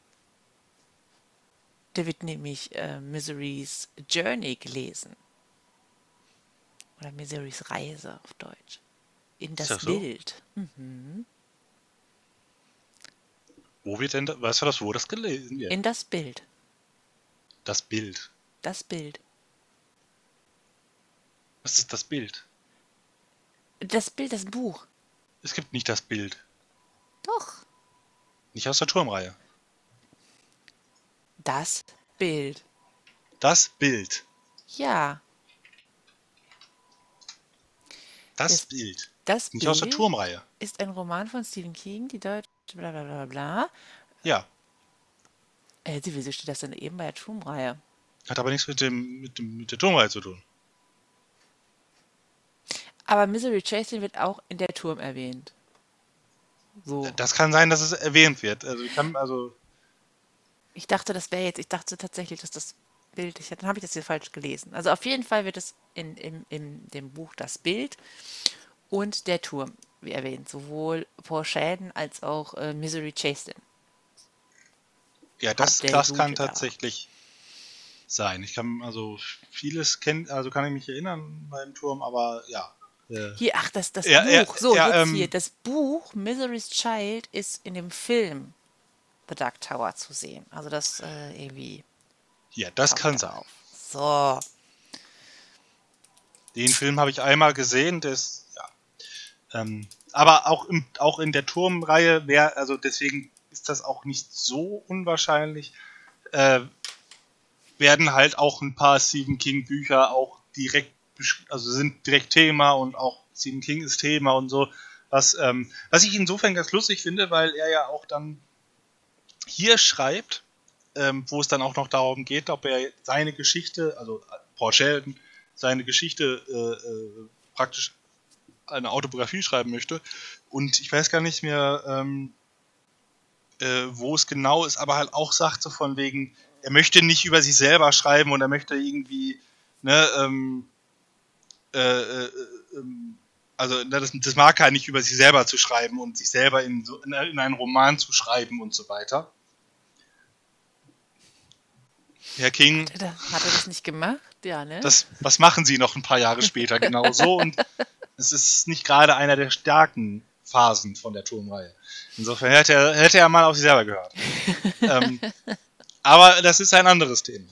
Da wird nämlich Miserys Journey gelesen. Oder Miserys Reise auf Deutsch. In Ist das das so? Bild. Wo wird denn, weißt du das, wo das gelesen wird? In das Bild. Das Bild. Das Bild. Was ist das Bild? Das Bild, das Buch. Es gibt nicht das Bild. Doch. Nicht aus der Turmreihe. Das Bild. Das Bild. Ja. Das Das, Bild. das Nicht aus der Bild Turmreihe. ist ein Roman von Stephen King, die deutsche bla bla bla bla. Ja. Wieso steht das denn eben bei der Turmreihe? Hat aber nichts mit der Turmreihe zu tun. Aber Misery Chasing wird auch in der Turm erwähnt. So. Das kann sein, dass es erwähnt wird. Ich dachte, ich dachte tatsächlich, dass das Bild, dann habe ich das hier falsch gelesen. Also auf jeden Fall wird es in dem Buch das Bild und der Turm erwähnt, sowohl Paul Schäden als auch Misery Chasing. Ja, das kann tatsächlich sein. Ich kann, also vieles kann ich mich erinnern beim Turm, aber ja. Hier, ach, das Buch. Hier, das Buch Misery's Child ist in dem Film The Dark Tower zu sehen. Also das irgendwie. Ja, das kann sein. So. Den Film habe ich einmal gesehen, aber auch in der Turmreihe also deswegen ist das auch nicht so unwahrscheinlich, werden halt auch ein paar Stephen King Bücher auch direkt also sind direkt Thema und auch Stephen King ist Thema und so. Was ich insofern ganz lustig finde, weil er ja auch dann hier schreibt, wo es dann auch noch darum geht, ob er seine Geschichte, also Paul Sheldon, seine Geschichte praktisch eine Autobiografie schreiben möchte. Und ich weiß gar nicht mehr, wo es genau ist, aber halt auch sagt so von wegen, er möchte nicht über sich selber schreiben und er möchte irgendwie, ne, also das mag er nicht über sich selber zu schreiben und sich selber in einen Roman zu schreiben und so weiter. Herr King, Hat er das nicht gemacht? Ja, ne? was machen Sie noch ein paar Jahre später genau so? Und es ist nicht gerade einer der starken Phasen von der Turmreihe. Insofern hätte er mal auf sich selber gehört. Aber das ist ein anderes Thema.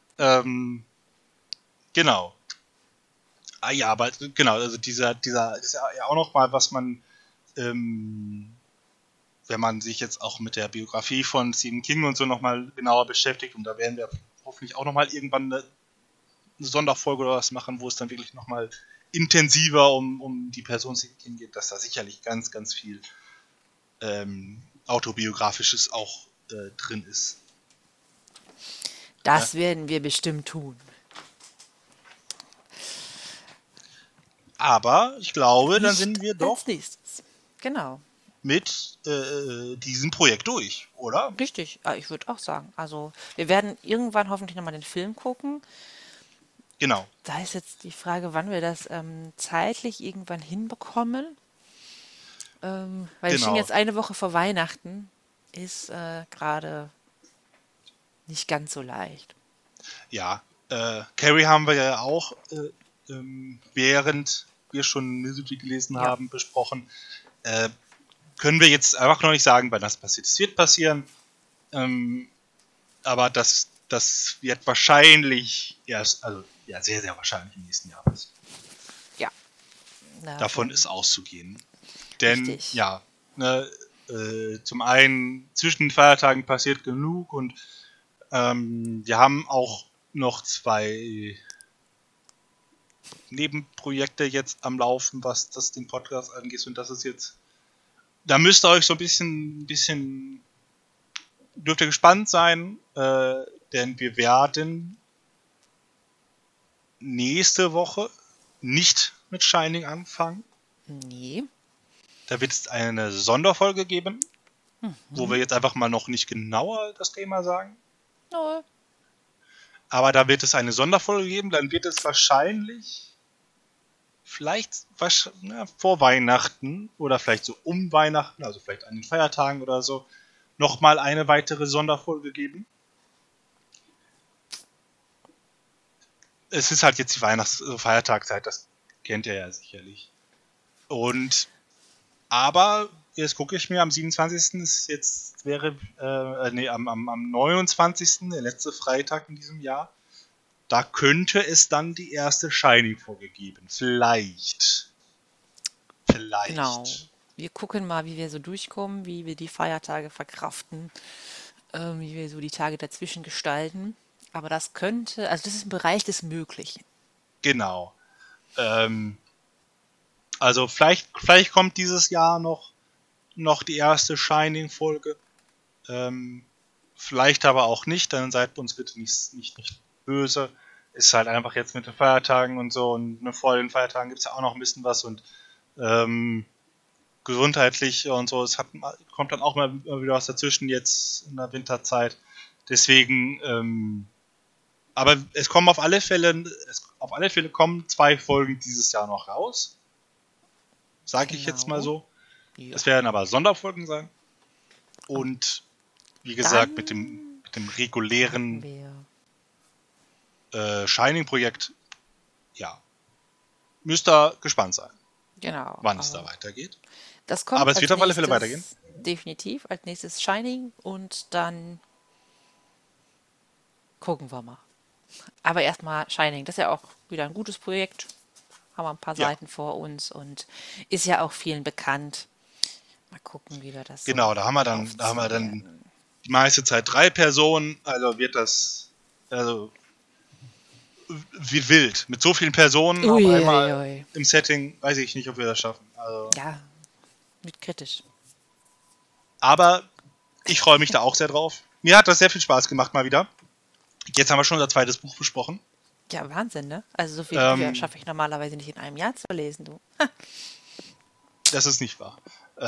Genau. Ah ja, aber genau, also dieser ist ja auch noch mal, was man, wenn man sich jetzt auch mit der Biografie von Stephen King und so noch mal genauer beschäftigt, und da werden wir hoffentlich auch noch mal irgendwann eine Sonderfolge oder was machen, wo es dann wirklich noch mal intensiver um die Person Stephen King geht, dass da sicherlich ganz, ganz viel Autobiografisches auch drin ist. Das werden wir bestimmt tun. Aber ich glaube, dann sind wir doch als nächstes. Genau. mit diesem Projekt durch, oder? Richtig, ich würde auch sagen. Also wir werden irgendwann hoffentlich nochmal den Film gucken. Genau. Da ist jetzt die Frage, wann wir das zeitlich irgendwann hinbekommen. Weil wir stehen jetzt eine Woche vor Weihnachten. Ist gerade nicht ganz so leicht. Ja, Carrie haben wir ja auch, während wir schon Misery gelesen haben, besprochen. Können wir jetzt einfach noch nicht sagen, wann das passiert. Es wird passieren, aber das wird wahrscheinlich erst, also ja, sehr, sehr wahrscheinlich im nächsten Jahr passieren. Ja. Davon ist auszugehen. Denn, richtig. ja, ne, zum einen zwischen den Feiertagen passiert genug und wir haben auch noch 2 Nebenprojekte jetzt am Laufen, was das den Podcast angeht, und das ist jetzt, da müsst ihr euch so ein bisschen dürft ihr gespannt sein, denn wir werden nächste Woche nicht mit Shining anfangen. Nee. Da wird es eine Sonderfolge geben, wo wir jetzt einfach mal noch nicht genauer das Thema sagen. No. Aber da wird es eine Sonderfolge geben, dann wird es wahrscheinlich vielleicht vor Weihnachten oder vielleicht so um Weihnachten, also vielleicht an den Feiertagen oder so, nochmal eine weitere Sonderfolge geben. Es ist halt jetzt die Feiertagszeit, das kennt ihr ja sicherlich. Aber jetzt gucke ich mir am 27. Am 29. der letzte Freitag in diesem Jahr, da könnte es dann die erste Shining-Folge geben. Vielleicht. Genau. Wir gucken mal, wie wir so durchkommen, wie wir die Feiertage verkraften, wie wir so die Tage dazwischen gestalten. Aber das könnte, also das ist im Bereich des Möglichen. Genau. Also vielleicht kommt dieses Jahr noch die erste Shining-Folge. Vielleicht aber auch nicht, dann seid uns bitte nicht böse. Ist halt einfach jetzt mit den Feiertagen und so, und vor den Feiertagen gibt es ja auch noch ein bisschen was, und gesundheitlich und so, kommt dann auch mal wieder was dazwischen jetzt in der Winterzeit. Deswegen, aber es kommen auf alle Fälle kommen 2 Folgen dieses Jahr noch raus. Sage ich jetzt mal so. Ja. Es werden aber Sonderfolgen sein. Und wie gesagt, mit dem regulären Shining-Projekt, ja, müsst ihr gespannt sein. Genau. Wann es da weitergeht. Das kommt aber es wird auf alle Fälle weitergehen. Definitiv. Als nächstes Shining und dann gucken wir mal. Aber erstmal Shining. Das ist ja auch wieder ein gutes Projekt. Haben wir ein paar Seiten vor uns und ist ja auch vielen bekannt. Mal gucken, wie wir das Genau, so da haben wir dann die meiste Zeit 3 Personen, also wird das, also wie wild. Mit so vielen Personen auf Ui, einmal ui, ui. im Setting, weiß ich nicht, ob wir das schaffen. Also, Ja, mit kritisch. aber ich freue mich da auch sehr drauf. Mir hat das sehr viel Spaß gemacht mal wieder. Jetzt haben wir schon unser zweites Buch besprochen. Ja, Wahnsinn, ne? Also so viele Bücher Ähm, schaffe ich normalerweise nicht in einem Jahr zu lesen, du. Das ist nicht wahr.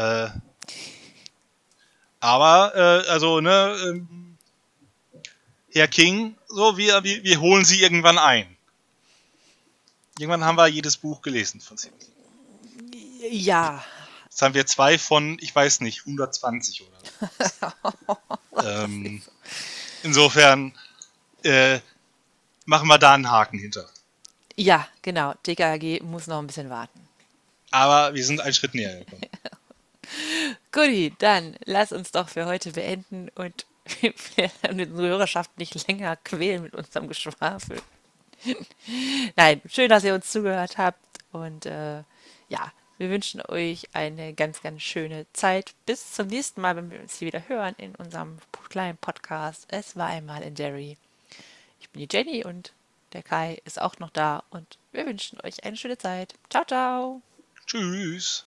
Aber, also, ne, Herr King, so, wir holen sie irgendwann ein. Irgendwann haben wir jedes Buch gelesen von Stephen King. Ja, Jetzt haben wir 2 von, ich weiß nicht, 120 oder so. Insofern machen wir da einen Haken hinter. ja, genau. TKG muss noch ein bisschen warten. Aber wir sind einen Schritt näher gekommen. Guti, dann lass uns doch für heute beenden und unsere Hörerschaft nicht länger quälen mit unserem Geschwafel. Nein, schön, dass ihr uns zugehört habt und ja, wir wünschen euch eine ganz, ganz schöne Zeit. Bis zum nächsten Mal, wenn wir uns hier wieder hören in unserem kleinen Podcast. Es war einmal in Derry. Ich bin die Jenny und der Kai ist auch noch da und wir wünschen euch eine schöne Zeit. Ciao, ciao. Tschüss.